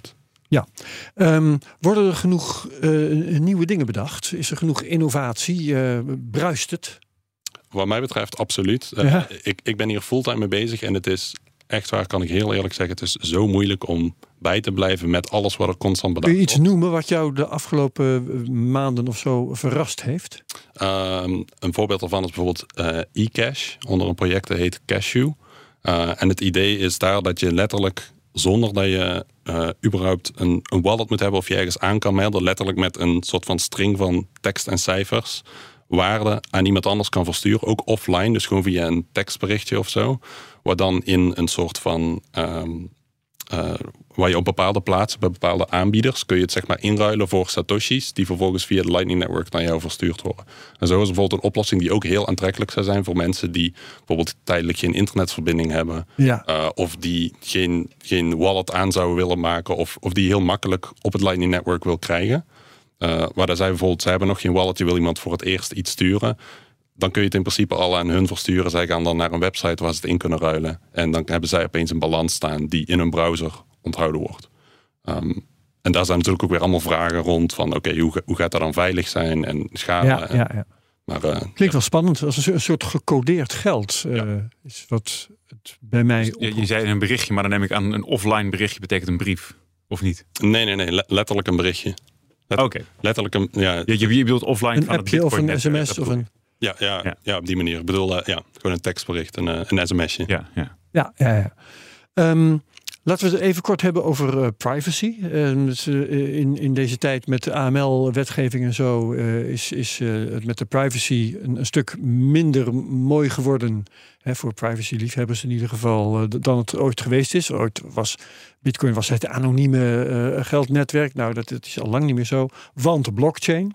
Ja. Um, worden er genoeg uh, nieuwe dingen bedacht? Is er genoeg innovatie? Uh, bruist het? Wat mij betreft absoluut. Uh, ja. ik, ik ben hier fulltime mee bezig en het is echt waar, kan ik heel eerlijk zeggen, het is zo moeilijk om bij te blijven met alles wat er constant bedacht wordt. Kun je iets noemen wat jou de afgelopen maanden of zo verrast heeft? Um, een voorbeeld daarvan is bijvoorbeeld uh, eCash, onder een project dat heet Cashew. Uh, en het idee is daar dat je letterlijk, zonder dat je uh, überhaupt een, een wallet moet hebben of je ergens aan kan melden, letterlijk met een soort van string van tekst en cijfers, waarde aan iemand anders kan versturen, ook offline, dus gewoon via een tekstberichtje of zo, waar dan in een soort van um, uh, waar je op bepaalde plaatsen, bij bepaalde aanbieders, kun je het zeg maar inruilen voor satoshis, die vervolgens via het Lightning Network naar jou verstuurd worden. En zo is bijvoorbeeld een oplossing die ook heel aantrekkelijk zou zijn voor mensen die bijvoorbeeld tijdelijk geen internetverbinding hebben, ja. uh, of die geen, geen wallet aan zouden willen maken, of, of die heel makkelijk op het Lightning Network wil krijgen. Uh, waar zij bijvoorbeeld, ze hebben nog geen wallet, je wil iemand voor het eerst iets sturen, dan kun je het in principe al aan hun versturen. Zij gaan dan naar een website waar ze het in kunnen ruilen. En dan hebben zij opeens een balans staan die in hun browser onthouden wordt. Um, en daar zijn natuurlijk ook weer allemaal vragen rond van oké, okay, hoe, hoe gaat dat dan veilig zijn en schade. Ja, en, ja, ja. Maar, uh, Klinkt ja. wel spannend. Als een, een soort gecodeerd geld uh, ja. is wat het bij mij... Dus je, je zei een berichtje, maar dan neem ik aan een offline berichtje betekent een brief. Of niet? Nee, nee, nee. Letterlijk een berichtje. Let, Oké. Okay. Letterlijk een... Ja, je, je bedoelt offline een van appje het of een net, sms of een... Ja, ja, ja. ja, op die manier. Ik bedoel, uh, ja, gewoon een tekstbericht, een, uh, een sms'je. Ja, ja. ja, ja, ja. Um, laten we het even kort hebben over uh, privacy. Uh, dus, uh, in, in deze tijd met de A M L-wetgeving en zo uh, is, is uh, het met de privacy een, een stuk minder mooi geworden. Hè, voor privacy-liefhebbers in ieder geval uh, dan het ooit geweest is. Ooit was Bitcoin was het anonieme uh, geldnetwerk. Nou, dat, dat is al lang niet meer zo. Want de blockchain.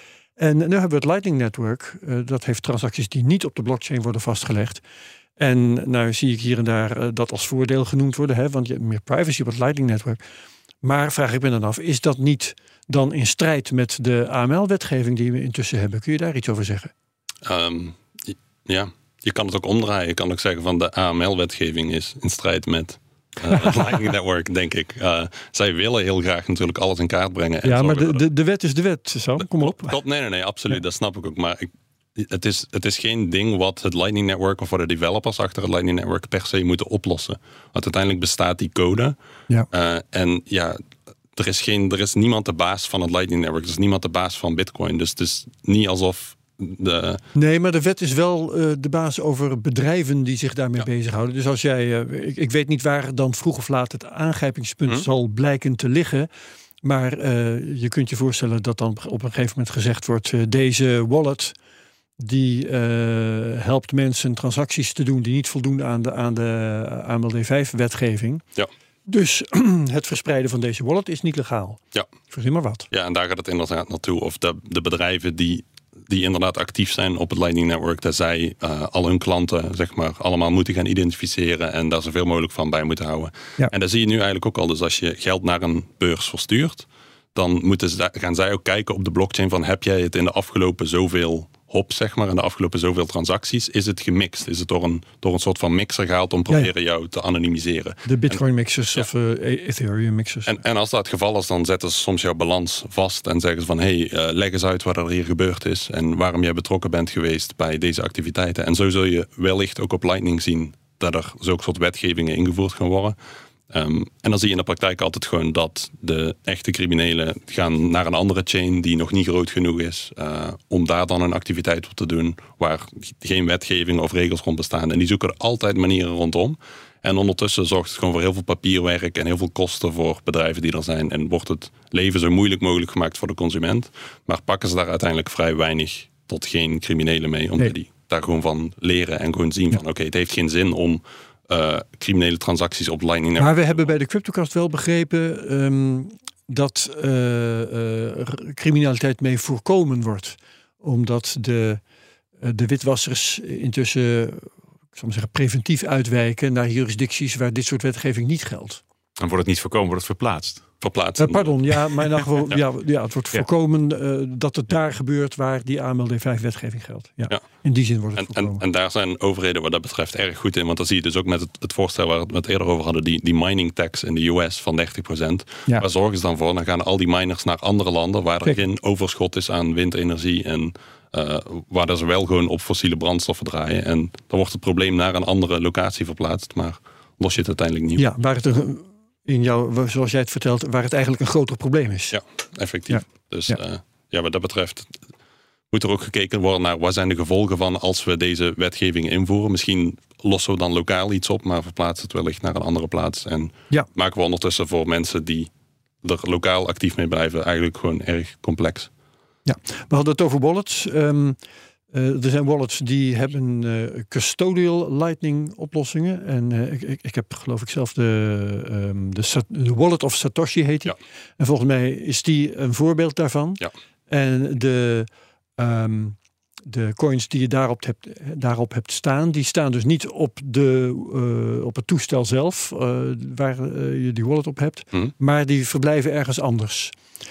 En nu hebben we het Lightning Network. Uh, dat heeft transacties die niet op de blockchain worden vastgelegd. En nou zie ik hier en daar uh, dat als voordeel genoemd worden. Hè, want je hebt meer privacy op het Lightning Network. Maar vraag ik me dan af, is dat niet dan in strijd met de A M L-wetgeving die we intussen hebben? Kun je daar iets over zeggen? Um, ja, je kan het ook omdraaien. Je kan ook zeggen van de A M L-wetgeving is in strijd met... Uh, het Lightning Network, denk ik. Uh, zij willen heel graag natuurlijk alles in kaart brengen. En ja, maar de, de, de wet is de wet, Sam. Kom op. Klopt, nee, nee, nee, absoluut. Ja. Dat snap ik ook. Maar ik, het, is, het is geen ding wat het Lightning Network of voor de developers achter het Lightning Network per se moeten oplossen. Want uiteindelijk bestaat die code. Ja. Uh, en ja, er is, geen, er is niemand de baas van het Lightning Network. Er is niemand de baas van Bitcoin. Dus het is niet alsof... De... Nee, maar de wet is wel uh, de baas over bedrijven die zich daarmee ja. bezighouden. Dus als jij, uh, ik, ik weet niet waar dan vroeg of laat het aangrijpingspunt hmm. zal blijken te liggen. Maar uh, je kunt je voorstellen dat dan op een gegeven moment gezegd wordt, uh, deze wallet die uh, helpt mensen transacties te doen die niet voldoen aan de, aan de A M L D vijf wetgeving. Ja. Dus het verspreiden van deze wallet is niet legaal. Ja. Verzin maar wat. Ja, en daar gaat het inderdaad naartoe. Of de, de bedrijven die... die inderdaad actief zijn op het Lightning Network, dat zij uh, al hun klanten zeg maar allemaal moeten gaan identificeren en daar zoveel mogelijk van bij moeten houden. Ja. En dat zie je nu eigenlijk ook al. Dus als je geld naar een beurs verstuurt, dan moeten ze, gaan zij ook kijken op de blockchain van heb jij het in de afgelopen zoveel hop, zeg maar, in de afgelopen zoveel transacties, is het gemixt? Is het door een, door een soort van mixer gehaald om proberen ja, ja. jou te anonymiseren? De Bitcoin mixers en, of uh, Ethereum mixers. En, en als dat het geval is, dan zetten ze soms jouw balans vast en zeggen ze van hé, hey, uh, leg eens uit wat er hier gebeurd is en waarom jij betrokken bent geweest bij deze activiteiten. En zo zul je wellicht ook op Lightning zien dat er zulke soort wetgevingen ingevoerd gaan worden. Um, en dan zie je in de praktijk altijd gewoon dat de echte criminelen gaan naar een andere chain die nog niet groot genoeg is, uh, om daar dan een activiteit op te doen waar geen wetgeving of regels rond bestaan. En die zoeken er altijd manieren rondom. En ondertussen zorgt het gewoon voor heel veel papierwerk en heel veel kosten voor bedrijven die er zijn. En wordt het leven zo moeilijk mogelijk gemaakt voor de consument. Maar pakken ze daar uiteindelijk vrij weinig tot geen criminelen mee, omdat nee. die daar gewoon van leren en gewoon zien van oké, okay, het heeft geen zin om Uh, criminele transacties op Lightning Network. Maar we hebben bij de CryptoCast wel begrepen um, dat uh, uh, criminaliteit mee voorkomen wordt. Omdat de, uh, de witwassers intussen, ik zal maar zeggen, preventief uitwijken naar jurisdicties waar dit soort wetgeving niet geldt. Dan wordt het niet voorkomen, wordt het verplaatst. verplaatsen. Uh, pardon, ja, maar in geval, ja. Ja, ja, het wordt Ja. voorkomen uh, dat het daar gebeurt waar die A M L D vijf wetgeving geldt. Ja. Ja. In die zin wordt het en, voorkomen. en, en daar zijn overheden wat dat betreft erg goed in. Want dan zie je dus ook met het, het voorstel waar we het eerder over hadden, die, die mining tax in de U S van dertig procent. Ja. Waar zorgen ze dan voor? Dan gaan al die miners naar andere landen waar er Kijk. geen overschot is aan windenergie en uh, waar dat ze wel gewoon op fossiele brandstoffen draaien. En dan wordt het probleem naar een andere locatie verplaatst, maar los je het uiteindelijk niet. Ja, waar het een, in jou, zoals jij het vertelt, waar het eigenlijk een groter probleem is. Ja, effectief. Ja. Dus Ja. ja. Uh, ja, wat dat betreft moet er ook gekeken worden naar wat zijn de gevolgen van als we deze wetgeving invoeren. Misschien lossen we dan lokaal iets op, maar verplaatsen het wellicht naar een andere plaats. En Ja. maken we ondertussen voor mensen die er lokaal actief mee blijven eigenlijk gewoon erg complex. Ja, we hadden het over wallets. Um, uh, er zijn wallets die hebben uh, custodial lightning oplossingen. En uh, ik, ik heb geloof ik zelf de, um, de, Sa- de Wallet of Satoshi heet die. Ja. En volgens mij is die een voorbeeld daarvan. Ja. En de, um, de coins die je daarop hebt, daarop hebt staan, die staan dus niet op, de, uh, op het toestel zelf, uh, waar uh, je die wallet op hebt. Hm. Maar die verblijven ergens anders.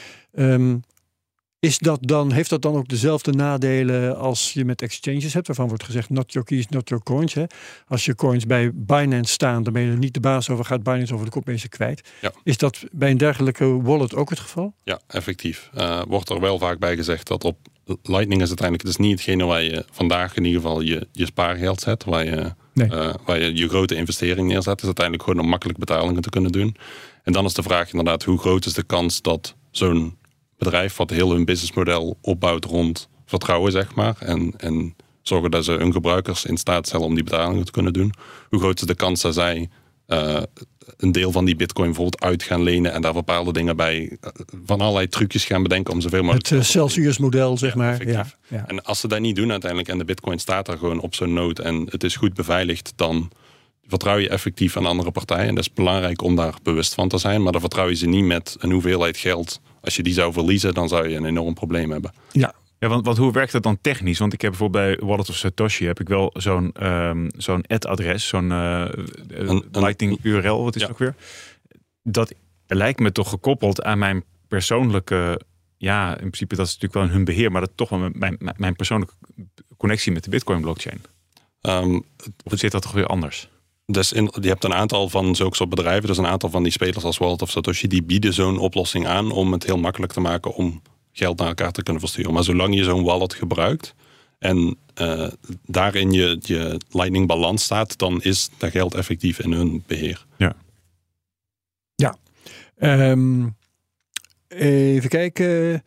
Um, Is dat dan, heeft dat dan ook dezelfde nadelen als je met exchanges hebt, waarvan wordt gezegd not your keys, not your coins. Hè? Als je coins bij Binance staan, dan ben je er niet de baas over, gaat Binance over de kop, ben je ze kwijt. Ja. Is dat bij een dergelijke wallet ook het geval? Ja, effectief. Uh, wordt er wel vaak bij gezegd dat op Lightning is uiteindelijk dus niet hetgene waar je vandaag in ieder geval je, je spaargeld zet, waar je, Nee. uh, waar je je grote investering neerzet. Het is uiteindelijk gewoon om makkelijk betalingen te kunnen doen. En dan is de vraag inderdaad, hoe groot is de kans dat zo'n bedrijf wat heel hun businessmodel opbouwt rond vertrouwen, zeg maar, en, en zorgen dat ze hun gebruikers in staat stellen om die betalingen te kunnen doen. Hoe groot is de kans dat zij uh, een deel van die bitcoin bijvoorbeeld uit gaan lenen en daar bepaalde dingen bij, uh, van allerlei trucjes gaan bedenken om zoveel mogelijk... Het uh, Celsius-model, zeg Ja, maar. Ja, ja. En als ze dat niet doen uiteindelijk en de bitcoin staat daar gewoon op zo'n node en het is goed beveiligd, dan vertrouw je effectief aan andere partijen. En dat is belangrijk om daar bewust van te zijn, maar dan vertrouw je ze niet met een hoeveelheid geld. Als je die zou verliezen, dan zou je een enorm probleem hebben. Ja. Ja, want, want hoe werkt dat dan technisch? Want ik heb bijvoorbeeld bij Wallet of Satoshi heb ik wel zo'n um, zo'n ad-adres, zo'n uh, een, Lightning U R L, wat is ja. het ook weer? Dat lijkt me toch gekoppeld aan mijn persoonlijke, ja, in principe dat is natuurlijk wel in hun beheer, maar dat toch wel mijn, mijn, mijn persoonlijke connectie met de Bitcoin blockchain. Um, of zit dat toch weer anders? Dus in, je hebt een aantal van zulke soort bedrijven, dus een aantal van die spelers als Wallet of Satoshi, die bieden zo'n oplossing aan om het heel makkelijk te maken om geld naar elkaar te kunnen versturen. Maar zolang je zo'n wallet gebruikt en uh, daarin je, je Lightning balans staat, dan is dat geld effectief in hun beheer. Ja. Ja. Um, even kijken.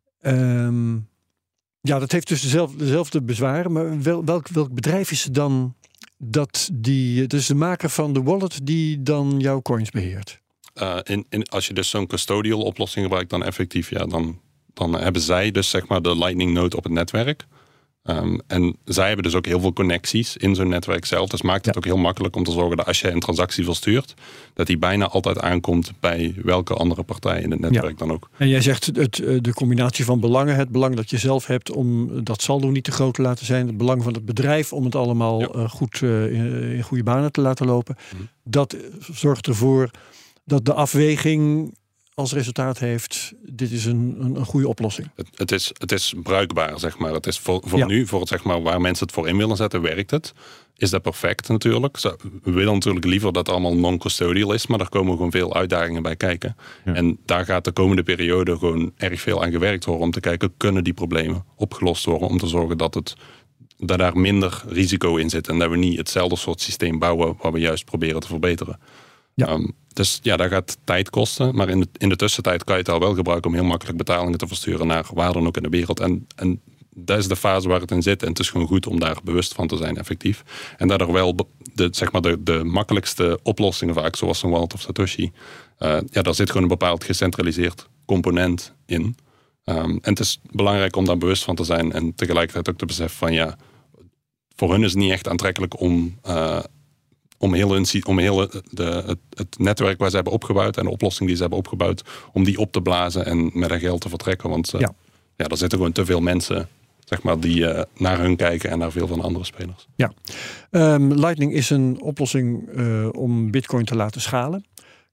Um, ja, dat heeft dus dezelfde, dezelfde bezwaren. Maar wel, welk, welk bedrijf is het dan dat die, dus de maker van de wallet die dan jouw coins beheert? Uh, in, in, als je dus zo'n custodial oplossing gebruikt, dan effectief, ja, dan, dan hebben zij dus zeg maar de Lightning node op het netwerk. Um, en zij hebben dus ook heel veel connecties in zo'n netwerk zelf. Dus maakt het ja. ook heel makkelijk om te zorgen dat als je een transactie verstuurt, dat die bijna altijd aankomt bij welke andere partij in het netwerk ja. dan ook. En jij zegt het, de combinatie van belangen, het belang dat je zelf hebt om dat saldo niet te groot te laten zijn, het belang van het bedrijf om het allemaal ja. uh, goed uh, in, in goede banen te laten lopen. Mm-hmm. Dat zorgt ervoor dat de afweging als resultaat heeft, dit is een, een, een goede oplossing. Het, het, is, het is bruikbaar, zeg maar. Het is voor, voor ja. nu, voor het, zeg maar, waar mensen het voor in willen zetten, werkt het. Is dat perfect natuurlijk. We willen natuurlijk liever dat het allemaal non-custodial is, maar daar komen gewoon veel uitdagingen bij kijken. Ja. En daar gaat de komende periode gewoon erg veel aan gewerkt worden om te kijken, kunnen die problemen opgelost worden, om te zorgen dat, het, dat daar minder risico in zit en dat we niet hetzelfde soort systeem bouwen waar we juist proberen te verbeteren. Ja. Um, dus ja, dat gaat tijd kosten. Maar in de, in de tussentijd kan je het al wel gebruiken om heel makkelijk betalingen te versturen naar waar dan ook in de wereld. En, en dat is de fase waar het in zit. En het is gewoon goed om daar bewust van te zijn, effectief. En dat er wel de, zeg maar de, de makkelijkste oplossingen vaak, zoals een Wallet of Satoshi. Uh, ja, daar zit gewoon een bepaald gecentraliseerd component in. Um, en het is belangrijk om daar bewust van te zijn. En tegelijkertijd ook te beseffen van ja, voor hun is het niet echt aantrekkelijk om Uh, Om heel, hun, om heel de, het, het netwerk waar ze hebben opgebouwd en de oplossing die ze hebben opgebouwd, om die op te blazen en met dat geld te vertrekken. Want uh, ja. ja, er zitten gewoon te veel mensen, zeg maar, die uh, naar hun kijken en naar veel van andere spelers. Ja, um, Lightning is een oplossing uh, om Bitcoin te laten schalen.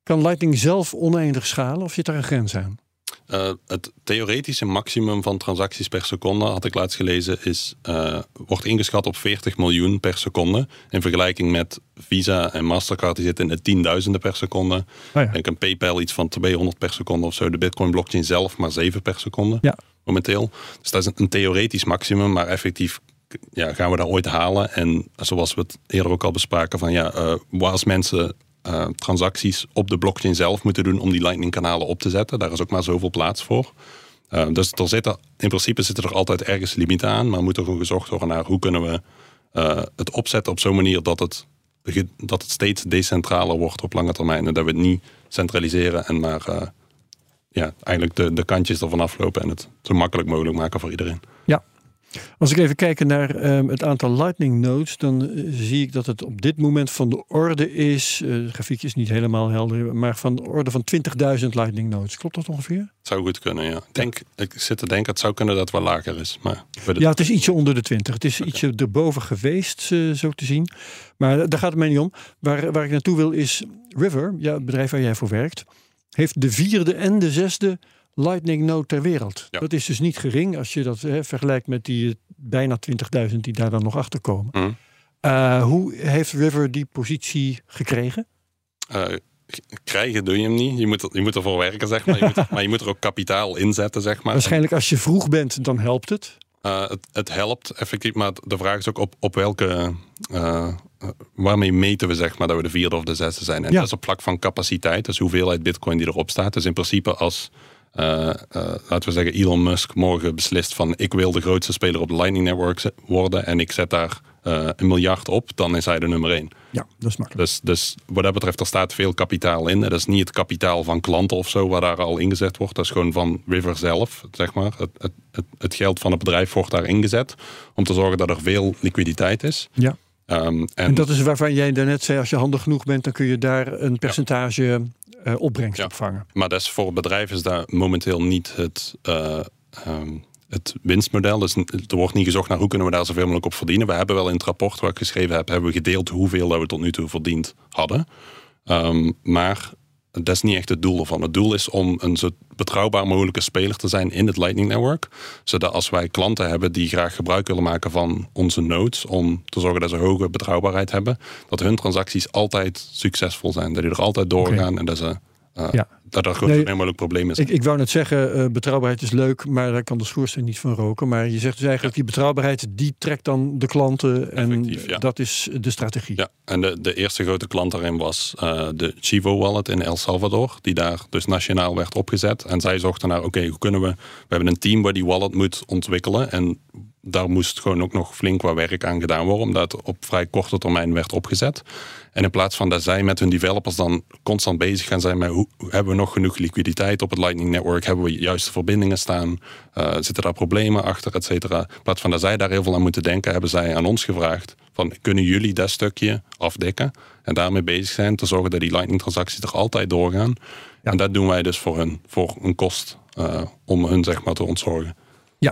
Kan Lightning zelf oneindig schalen of zit daar een grens aan? Uh, het theoretische maximum van transacties per seconde, had ik laatst gelezen, is, uh, wordt ingeschat op veertig miljoen per seconde. In vergelijking met Visa en Mastercard, die zitten in de tienduizenden per seconde. Oh ja. En een PayPal iets van tweehonderd per seconde of zo. De Bitcoin blockchain zelf maar zeven per seconde ja. momenteel. Dus dat is een, een theoretisch maximum, maar effectief ja, gaan we dat ooit halen. En zoals we het eerder ook al bespraken, van ja, uh, als mensen Uh, transacties op de blockchain zelf moeten doen om die Lightning kanalen op te zetten. Daar is ook maar zoveel plaats voor. Uh, dus er zitten, in principe zitten er altijd ergens limieten aan, maar moet er gewoon gezocht worden naar hoe kunnen we uh, het opzetten op zo'n manier dat het, dat het steeds decentraler wordt op lange termijn. En dat we het niet centraliseren en maar uh, ja, eigenlijk de, de kantjes ervan aflopen en het zo makkelijk mogelijk maken voor iedereen. Ja. Als ik even kijk naar um, het aantal Lightning nodes, dan uh, zie ik dat het op dit moment van de orde is, uh, de grafiek is niet helemaal helder, maar van de orde van twintigduizend Lightning nodes. Klopt dat ongeveer? Het zou goed kunnen, ja. Ik, denk, ik zit te denken, het zou kunnen dat het wel lager is. Maar het... Ja, het is ietsje onder de twintig. Het is okay. ietsje erboven geweest, uh, zo te zien. Maar daar gaat het mij niet om. Waar, waar ik naartoe wil is River, ja, het bedrijf waar jij voor werkt, heeft de vierde en de zesde Lightning node ter wereld. Ja. Dat is dus niet gering als je dat hè, vergelijkt met die uh, bijna twintigduizend die daar dan nog achter komen. Mm. Uh, hoe heeft River die positie gekregen? Uh, krijgen doe je hem niet. Je moet, er, je moet ervoor werken, zeg maar. Je moet, maar je moet er ook kapitaal inzetten, zeg maar. Waarschijnlijk als je vroeg bent, dan helpt het. Uh, het, het helpt effectief, maar de vraag is ook op, op welke... Uh, waarmee meten we zeg maar dat we de vierde of de zesde zijn. En ja. dat is op vlak van capaciteit, dus hoeveelheid bitcoin die erop staat. Dus in principe als... Uh, uh, laten we zeggen Elon Musk morgen beslist van ik wil de grootste speler op de Lightning Network worden en ik zet daar uh, een miljard op, dan is hij de nummer één. Ja, dat is makkelijk. Dus, dus wat dat betreft, er staat veel kapitaal in. Dat is niet het kapitaal van klanten of zo waar daar al ingezet wordt. Dat is gewoon van River zelf, zeg maar. Het, het, het, het geld van het bedrijf wordt daar ingezet om te zorgen dat er veel liquiditeit is. Ja. Um, en, en dat is waarvan jij daarnet zei, als je handig genoeg bent, dan kun je daar een percentage ja. uh, opbrengst ja. op vangen. Maar dat is, voor het bedrijf is daar momenteel niet het, uh, um, het winstmodel. Dus er wordt niet gezocht naar hoe kunnen we daar zoveel mogelijk op verdienen. We hebben wel in het rapport wat ik geschreven heb, hebben we gedeeld hoeveel dat we tot nu toe verdiend hadden. Um, maar dat is niet echt het doel ervan. Het doel is om een zo betrouwbaar mogelijke speler te zijn in het Lightning Network. Zodat als wij klanten hebben die graag gebruik willen maken van onze nodes, om te zorgen dat ze hoge betrouwbaarheid hebben, dat hun transacties altijd succesvol zijn. Dat die er altijd doorgaan okay. en dat ze... Uh, ja. Dat er gewoon nee, een mogelijk probleem is. Ik, ik wou net zeggen, uh, betrouwbaarheid is leuk, maar daar kan de schoorsteen niet van roken. Maar je zegt dus eigenlijk, ja. die betrouwbaarheid, die trekt dan de klanten en Effectief, ja. dat is de strategie. Ja, en de, de eerste grote klant daarin was uh, de Chivo Wallet in El Salvador, die daar dus nationaal werd opgezet. En zij zochten naar, oké, okay, hoe kunnen we... We hebben een team waar die wallet moet ontwikkelen en daar moest gewoon ook nog flink wat werk aan gedaan worden, omdat het op vrij korte termijn werd opgezet. En in plaats van dat zij met hun developers dan constant bezig gaan zijn met hoe hebben we nog genoeg liquiditeit op het Lightning Network, hebben we juiste verbindingen staan, uh, zitten daar problemen achter, et cetera. In plaats van dat zij daar heel veel aan moeten denken, hebben zij aan ons gevraagd van kunnen jullie dat stukje afdekken en daarmee bezig zijn te zorgen dat die Lightning transacties er altijd doorgaan. Ja. En dat doen wij dus voor hun, voor een kost uh, om hun zeg maar te ontzorgen. Ja,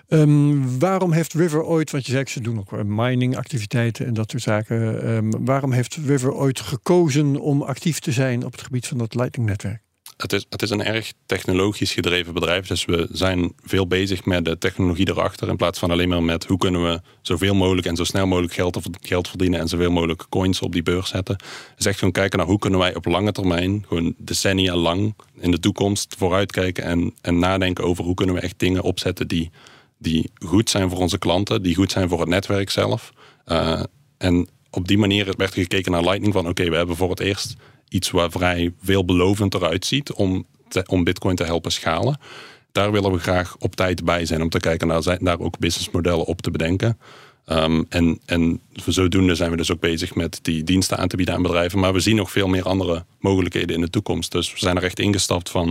um, waarom heeft River ooit, want je zei ze doen ook mining activiteiten en dat soort zaken. Um, waarom heeft River ooit gekozen om actief te zijn op het gebied van dat Lightning netwerk? Het is, het is een erg technologisch gedreven bedrijf. Dus we zijn veel bezig met de technologie erachter. In plaats van alleen maar met hoe kunnen we zoveel mogelijk en zo snel mogelijk geld, geld verdienen en zoveel mogelijk coins op die beurs zetten. Dus echt gewoon kijken naar hoe kunnen wij op lange termijn, gewoon decennia lang in de toekomst vooruitkijken en, en nadenken over hoe kunnen we echt dingen opzetten die, die goed zijn voor onze klanten, die goed zijn voor het netwerk zelf. Uh, en op die manier werd er gekeken naar Lightning van oké, okay, we hebben voor het eerst iets waar vrij veelbelovend eruit ziet om, te, om Bitcoin te helpen schalen. Daar willen we graag op tijd bij zijn om te kijken naar daar ook businessmodellen op te bedenken. Um, en, en zodoende zijn we dus ook bezig met die diensten aan te bieden aan bedrijven. Maar we zien nog veel meer andere mogelijkheden in de toekomst. Dus we zijn er echt ingestapt van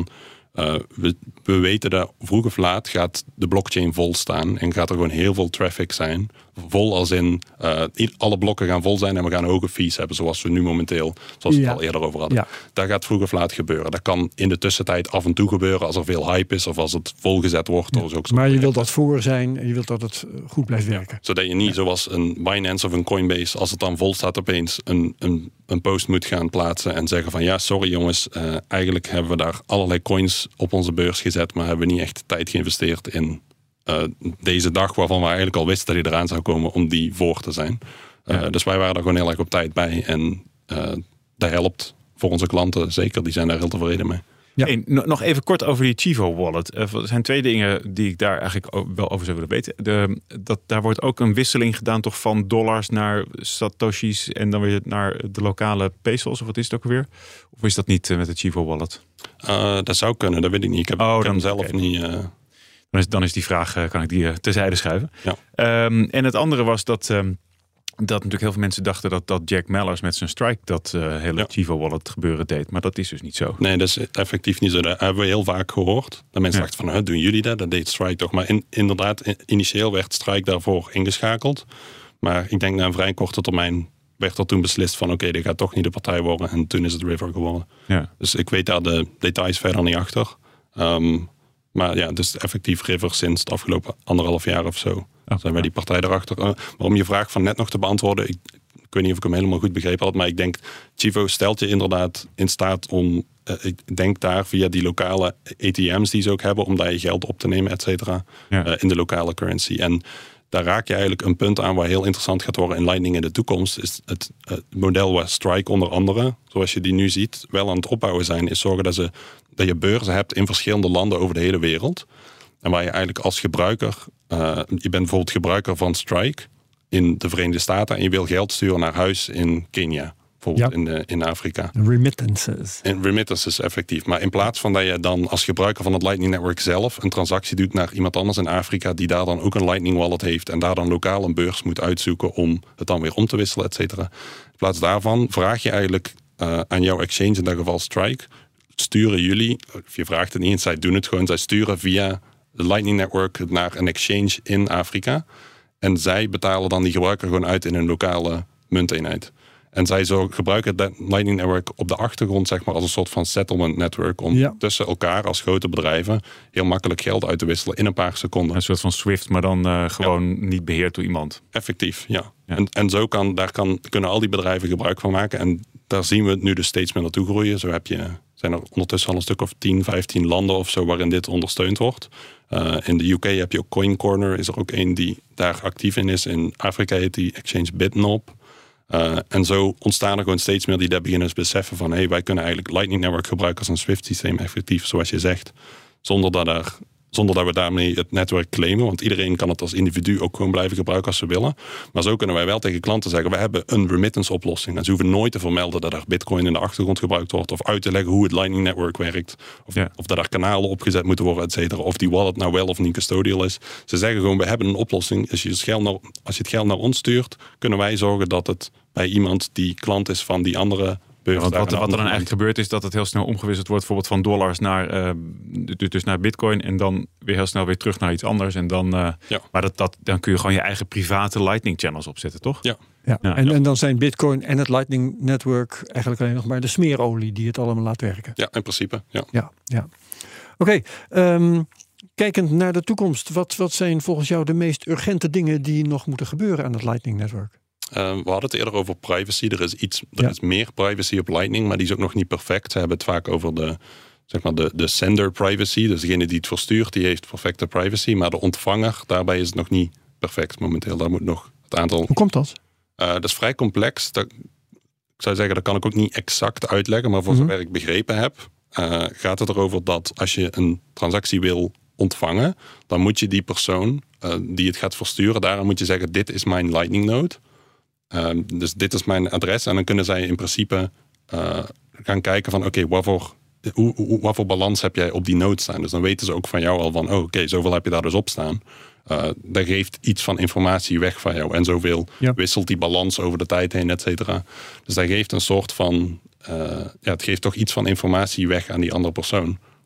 Uh, we, we weten dat vroeg of laat gaat de blockchain vol staan en gaat er gewoon heel veel traffic zijn. Vol als in uh, alle blokken gaan vol zijn en we gaan hoge fees hebben, zoals we nu momenteel, zoals we ja. het al eerder over hadden. Ja. Dat gaat vroeg of laat gebeuren. Dat kan in de tussentijd af en toe gebeuren als er veel hype is of als het volgezet wordt. Ja. Ook maar je wilt dat voor zijn en je wilt dat het goed blijft werken. Zodat je niet ja. zoals een Binance of een Coinbase, als het dan vol staat, opeens een, een, een post moet gaan plaatsen en zeggen van ja, sorry jongens, uh, eigenlijk hebben we daar allerlei coins op onze beurs gezet, maar hebben we niet echt tijd geïnvesteerd in uh, deze dag waarvan we eigenlijk al wisten dat hij eraan zou komen om die voor te zijn. Uh, ja. Dus wij waren er gewoon heel erg op tijd bij en uh, dat helpt voor onze klanten zeker. Die zijn daar heel tevreden mee. Ja. Hey, nog even kort over die Chivo wallet. Er zijn twee dingen die ik daar eigenlijk wel over zou willen weten. De, dat, daar wordt ook een wisseling gedaan toch van dollars naar satoshis en dan weer naar de lokale pesos of wat is het ook alweer? Of is dat niet met de Chivo wallet? Uh, dat zou kunnen, dat weet ik niet. Ik heb, oh, ik heb dan, hem zelf okay. niet... Uh... Dan, is, dan is die vraag, kan ik die uh, terzijde schuiven. Ja. Um, en het andere was dat... Um, Dat natuurlijk heel veel mensen dachten dat, dat Jack Mallers met zijn Strike dat uh, hele ja. Chivo wallet gebeuren deed. Maar dat is dus niet zo. Nee, dat is effectief niet zo. Dat hebben we heel vaak gehoord. Dat mensen ja. dachten van, doen jullie dat? Dat deed Strike toch. Maar in, inderdaad, in, initieel werd Strike daarvoor ingeschakeld. Maar ik denk na een vrij korte termijn werd er toen beslist van, oké, okay, dit gaat toch niet de partij worden. En toen is het River geworden. Ja. Dus ik weet daar de details verder niet achter. Um, maar ja, dus effectief River sinds het afgelopen anderhalf jaar of zo. Oh, zijn wij die partij erachter. Uh, maar om je vraag van net nog te beantwoorden. Ik, ik weet niet of ik hem helemaal goed begrepen had. Maar ik denk, Chivo stelt je inderdaad in staat om... Uh, ik denk daar via die lokale A T M's die ze ook hebben... om daar je geld op te nemen, et cetera. Ja. Uh, in de lokale currency. En daar raak je eigenlijk een punt aan... waar heel interessant gaat worden in Lightning in de toekomst. Is het, uh, het model waar Strike onder andere... zoals je die nu ziet, wel aan het opbouwen zijn... is zorgen dat, ze, dat je beurzen hebt in verschillende landen over de hele wereld... En waar je eigenlijk als gebruiker, uh, je bent bijvoorbeeld gebruiker van Strike in de Verenigde Staten en je wil geld sturen naar huis in Kenia, bijvoorbeeld ja. in, uh, in Afrika. Remittances. En remittances effectief. Maar in plaats van dat je dan als gebruiker van het Lightning Network zelf een transactie doet naar iemand anders in Afrika die daar dan ook een Lightning Wallet heeft en daar dan lokaal een beurs moet uitzoeken om het dan weer om te wisselen, et cetera. In plaats daarvan vraag je eigenlijk uh, aan jouw exchange, in dat geval Strike, sturen jullie, of je vraagt het niet, zij doen het gewoon, zij sturen via de Lightning Network naar een exchange in Afrika. En zij betalen dan die gebruiker gewoon uit in een lokale munteenheid. En zij zo gebruiken dat Lightning Network op de achtergrond zeg maar als een soort van settlement network om ja. tussen elkaar als grote bedrijven heel makkelijk geld uit te wisselen in een paar seconden. Een soort van Swift, maar dan uh, gewoon ja. niet beheerd door iemand. Effectief, ja. ja. En, en zo kan, daar kan, kunnen al die bedrijven gebruik van maken. En daar zien we het nu dus steeds meer naartoe groeien. Zo heb je, zijn er ondertussen al een stuk of tien, vijftien landen of zo waarin dit ondersteund wordt. Uh, in de U K heb je ook Coin Corner, is er ook één die daar actief in is. In Afrika heet die Exchange Bitnob. Uh, en zo ontstaan er gewoon steeds meer die daar beginnen te beseffen van... hey, wij kunnen eigenlijk Lightning Network gebruiken als een Swift-systeem effectief, zoals je zegt. Zonder dat, er, zonder dat we daarmee het netwerk claimen. Want iedereen kan het als individu ook gewoon blijven gebruiken als ze willen. Maar zo kunnen wij wel tegen klanten zeggen... we hebben een remittance oplossing. En ze hoeven nooit te vermelden dat er Bitcoin in de achtergrond gebruikt wordt... of uit te leggen hoe het Lightning Network werkt. Of, ja. of dat er kanalen opgezet moeten worden, et cetera. Of die wallet nou wel of niet custodial is. Ze zeggen gewoon, we hebben een oplossing. Als je het geld naar, als je het geld naar ons stuurt... kunnen wij zorgen dat het bij iemand die klant is van die andere beurs. Ja, want wat, wat er dan eigenlijk gebeurt is dat het heel snel omgewisseld wordt, bijvoorbeeld van dollars naar, uh, dus naar bitcoin en dan weer heel snel weer terug naar iets anders. En dan, uh, ja. Maar dat, dat, dan kun je gewoon je eigen private Lightning channels opzetten, toch? Ja. Ja. Ja. En, en dan zijn bitcoin en het Lightning Network eigenlijk alleen nog maar de smeerolie die het allemaal laat werken. Ja, in principe. Ja. Ja, ja. Oké, okay, um, kijkend naar de toekomst, wat, wat zijn volgens jou de meest urgente dingen die nog moeten gebeuren aan het Lightning Network? Uh, we hadden het eerder over privacy. Er is iets, er ja. is meer privacy op Lightning, maar die is ook nog niet perfect. Ze hebben het vaak over de, zeg maar de, de sender privacy. Dus degene die het verstuurt, die heeft perfecte privacy. Maar de ontvanger, daarbij is het nog niet perfect momenteel. Daar moet nog het aantal... Hoe komt dat? Uh, dat is vrij complex. Dat, ik zou zeggen, dat kan ik ook niet exact uitleggen. Maar voor mm-hmm. zover ik begrepen heb, uh, gaat het erover dat als je een transactie wil ontvangen, dan moet je die persoon uh, die het gaat versturen, daarom moet je zeggen, dit is mijn Lightning node. Uh, dus dit is mijn adres. En dan kunnen zij in principe uh, gaan kijken van oké, okay, wat voor, hoe, hoe, wat voor balans heb jij op die node staan. Dus dan weten ze ook van jou al van oh, oké, okay, zoveel heb je daar dus op staan. Uh, dat geeft iets van informatie weg van jou. En zoveel ja. wisselt die balans over de tijd heen, et cetera. Dus dat geeft een soort van, uh, ja, het geeft toch iets van informatie weg aan die andere persoon.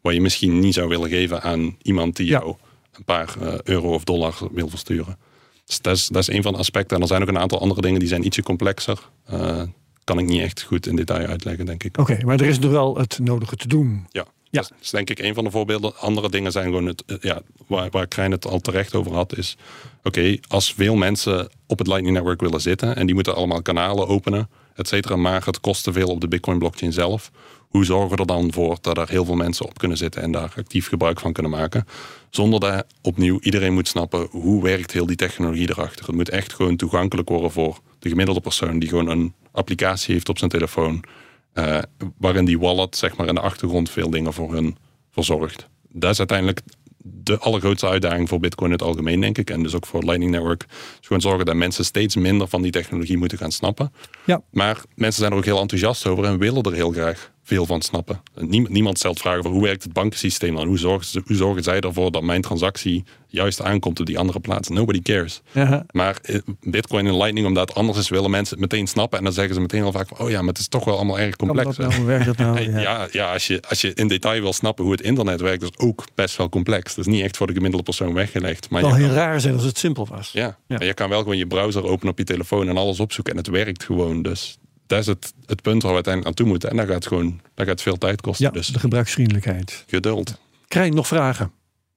wat je misschien niet zou willen geven aan iemand die Ja. jou een paar uh, euro of dollar wil versturen. Dus dat is, dat is een van de aspecten. En er zijn ook een aantal andere dingen die zijn ietsje complexer. Uh, kan ik niet echt goed in detail uitleggen, denk ik. Oké, okay, maar er is nog wel het nodige te doen. Ja. Ja. Dat is denk ik een van de voorbeelden. Andere dingen zijn gewoon het, ja, waar, waar Krijn het al terecht over had, is oké, okay, als veel mensen op het Lightning Network willen zitten en die moeten allemaal kanalen openen, et cetera, maar het kost te veel op de Bitcoin blockchain zelf. Hoe zorgen we er dan voor dat er heel veel mensen op kunnen zitten en daar actief gebruik van kunnen maken? Zonder dat opnieuw iedereen moet snappen hoe werkt heel die technologie erachter. Het moet echt gewoon toegankelijk worden voor de gemiddelde persoon die gewoon een applicatie heeft op zijn telefoon. Uh, waarin die wallet zeg maar in de achtergrond veel dingen voor hun verzorgt. Dat is uiteindelijk de allergrootste uitdaging voor Bitcoin in het algemeen, denk ik. En dus ook voor het Lightning Network. Dus gewoon zorgen dat mensen steeds minder van die technologie moeten gaan snappen. Ja. Maar mensen zijn er ook heel enthousiast over en willen er heel graag veel van snappen. Niemand, niemand stelt vragen over hoe werkt het bankensysteem dan? Hoe zorgen, ze, hoe zorgen zij ervoor dat mijn transactie juist aankomt op die andere plaats? Nobody cares. Uh-huh. Maar Bitcoin en Lightning, omdat het anders is, willen mensen het meteen snappen. En dan zeggen ze meteen al vaak van, oh ja, maar het is toch wel allemaal erg complex. Nou, hoe werkt dat nou? Ja, ja, ja als, je, als je in detail wil snappen hoe het internet werkt, is het ook best wel complex. Dat is niet echt voor de gemiddelde persoon weggelegd. Maar het zal heel kan, raar zijn als het simpel was. Ja, ja. Maar je kan wel gewoon je browser openen op je telefoon en alles opzoeken. En het werkt gewoon. Dus dat is het, het punt waar we uiteindelijk aan toe moeten. En dat gaat gewoon dat gaat veel tijd kosten. Ja, dus de gebruiksvriendelijkheid. Geduld. Krijn, nog vragen?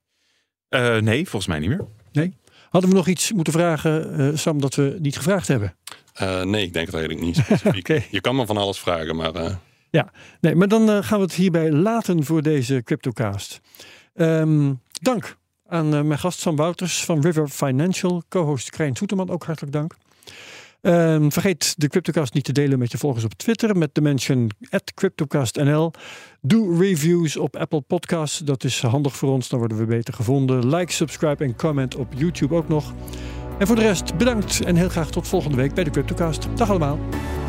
Uh, nee, volgens mij niet meer. Nee? Hadden we nog iets moeten vragen, uh, Sam, dat we niet gevraagd hebben? Uh, nee, ik denk het eigenlijk niet specifiek. Okay. Je kan me van alles vragen, maar... Uh... Ja, nee, maar dan uh, gaan we het hierbij laten voor deze CryptoCast. Um, dank aan uh, mijn gast Sam Wouters van River Financial. Co-host Krijn Soeterman, ook hartelijk dank. Um, vergeet de CryptoCast niet te delen met je volgers op Twitter met de mention at CryptoCastNL. Doe reviews op Apple Podcasts, dat is handig voor ons, dan worden we beter gevonden. Like, subscribe en comment op YouTube ook nog. En voor de rest bedankt en heel graag tot volgende week bij de CryptoCast. Dag allemaal.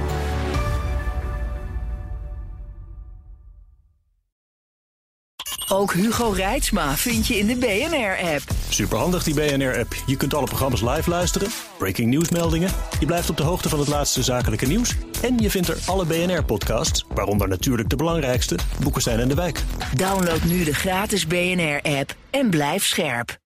Ook Hugo Reitsma vind je in de B N R-app. Superhandig die B N R-app. Je kunt alle programma's live luisteren, breaking nieuwsmeldingen. Je blijft op de hoogte van het laatste zakelijke nieuws. En je vindt er alle B N R-podcasts, waaronder natuurlijk de belangrijkste, Boekestein en de Wijk. Download nu de gratis B N R-app en blijf scherp.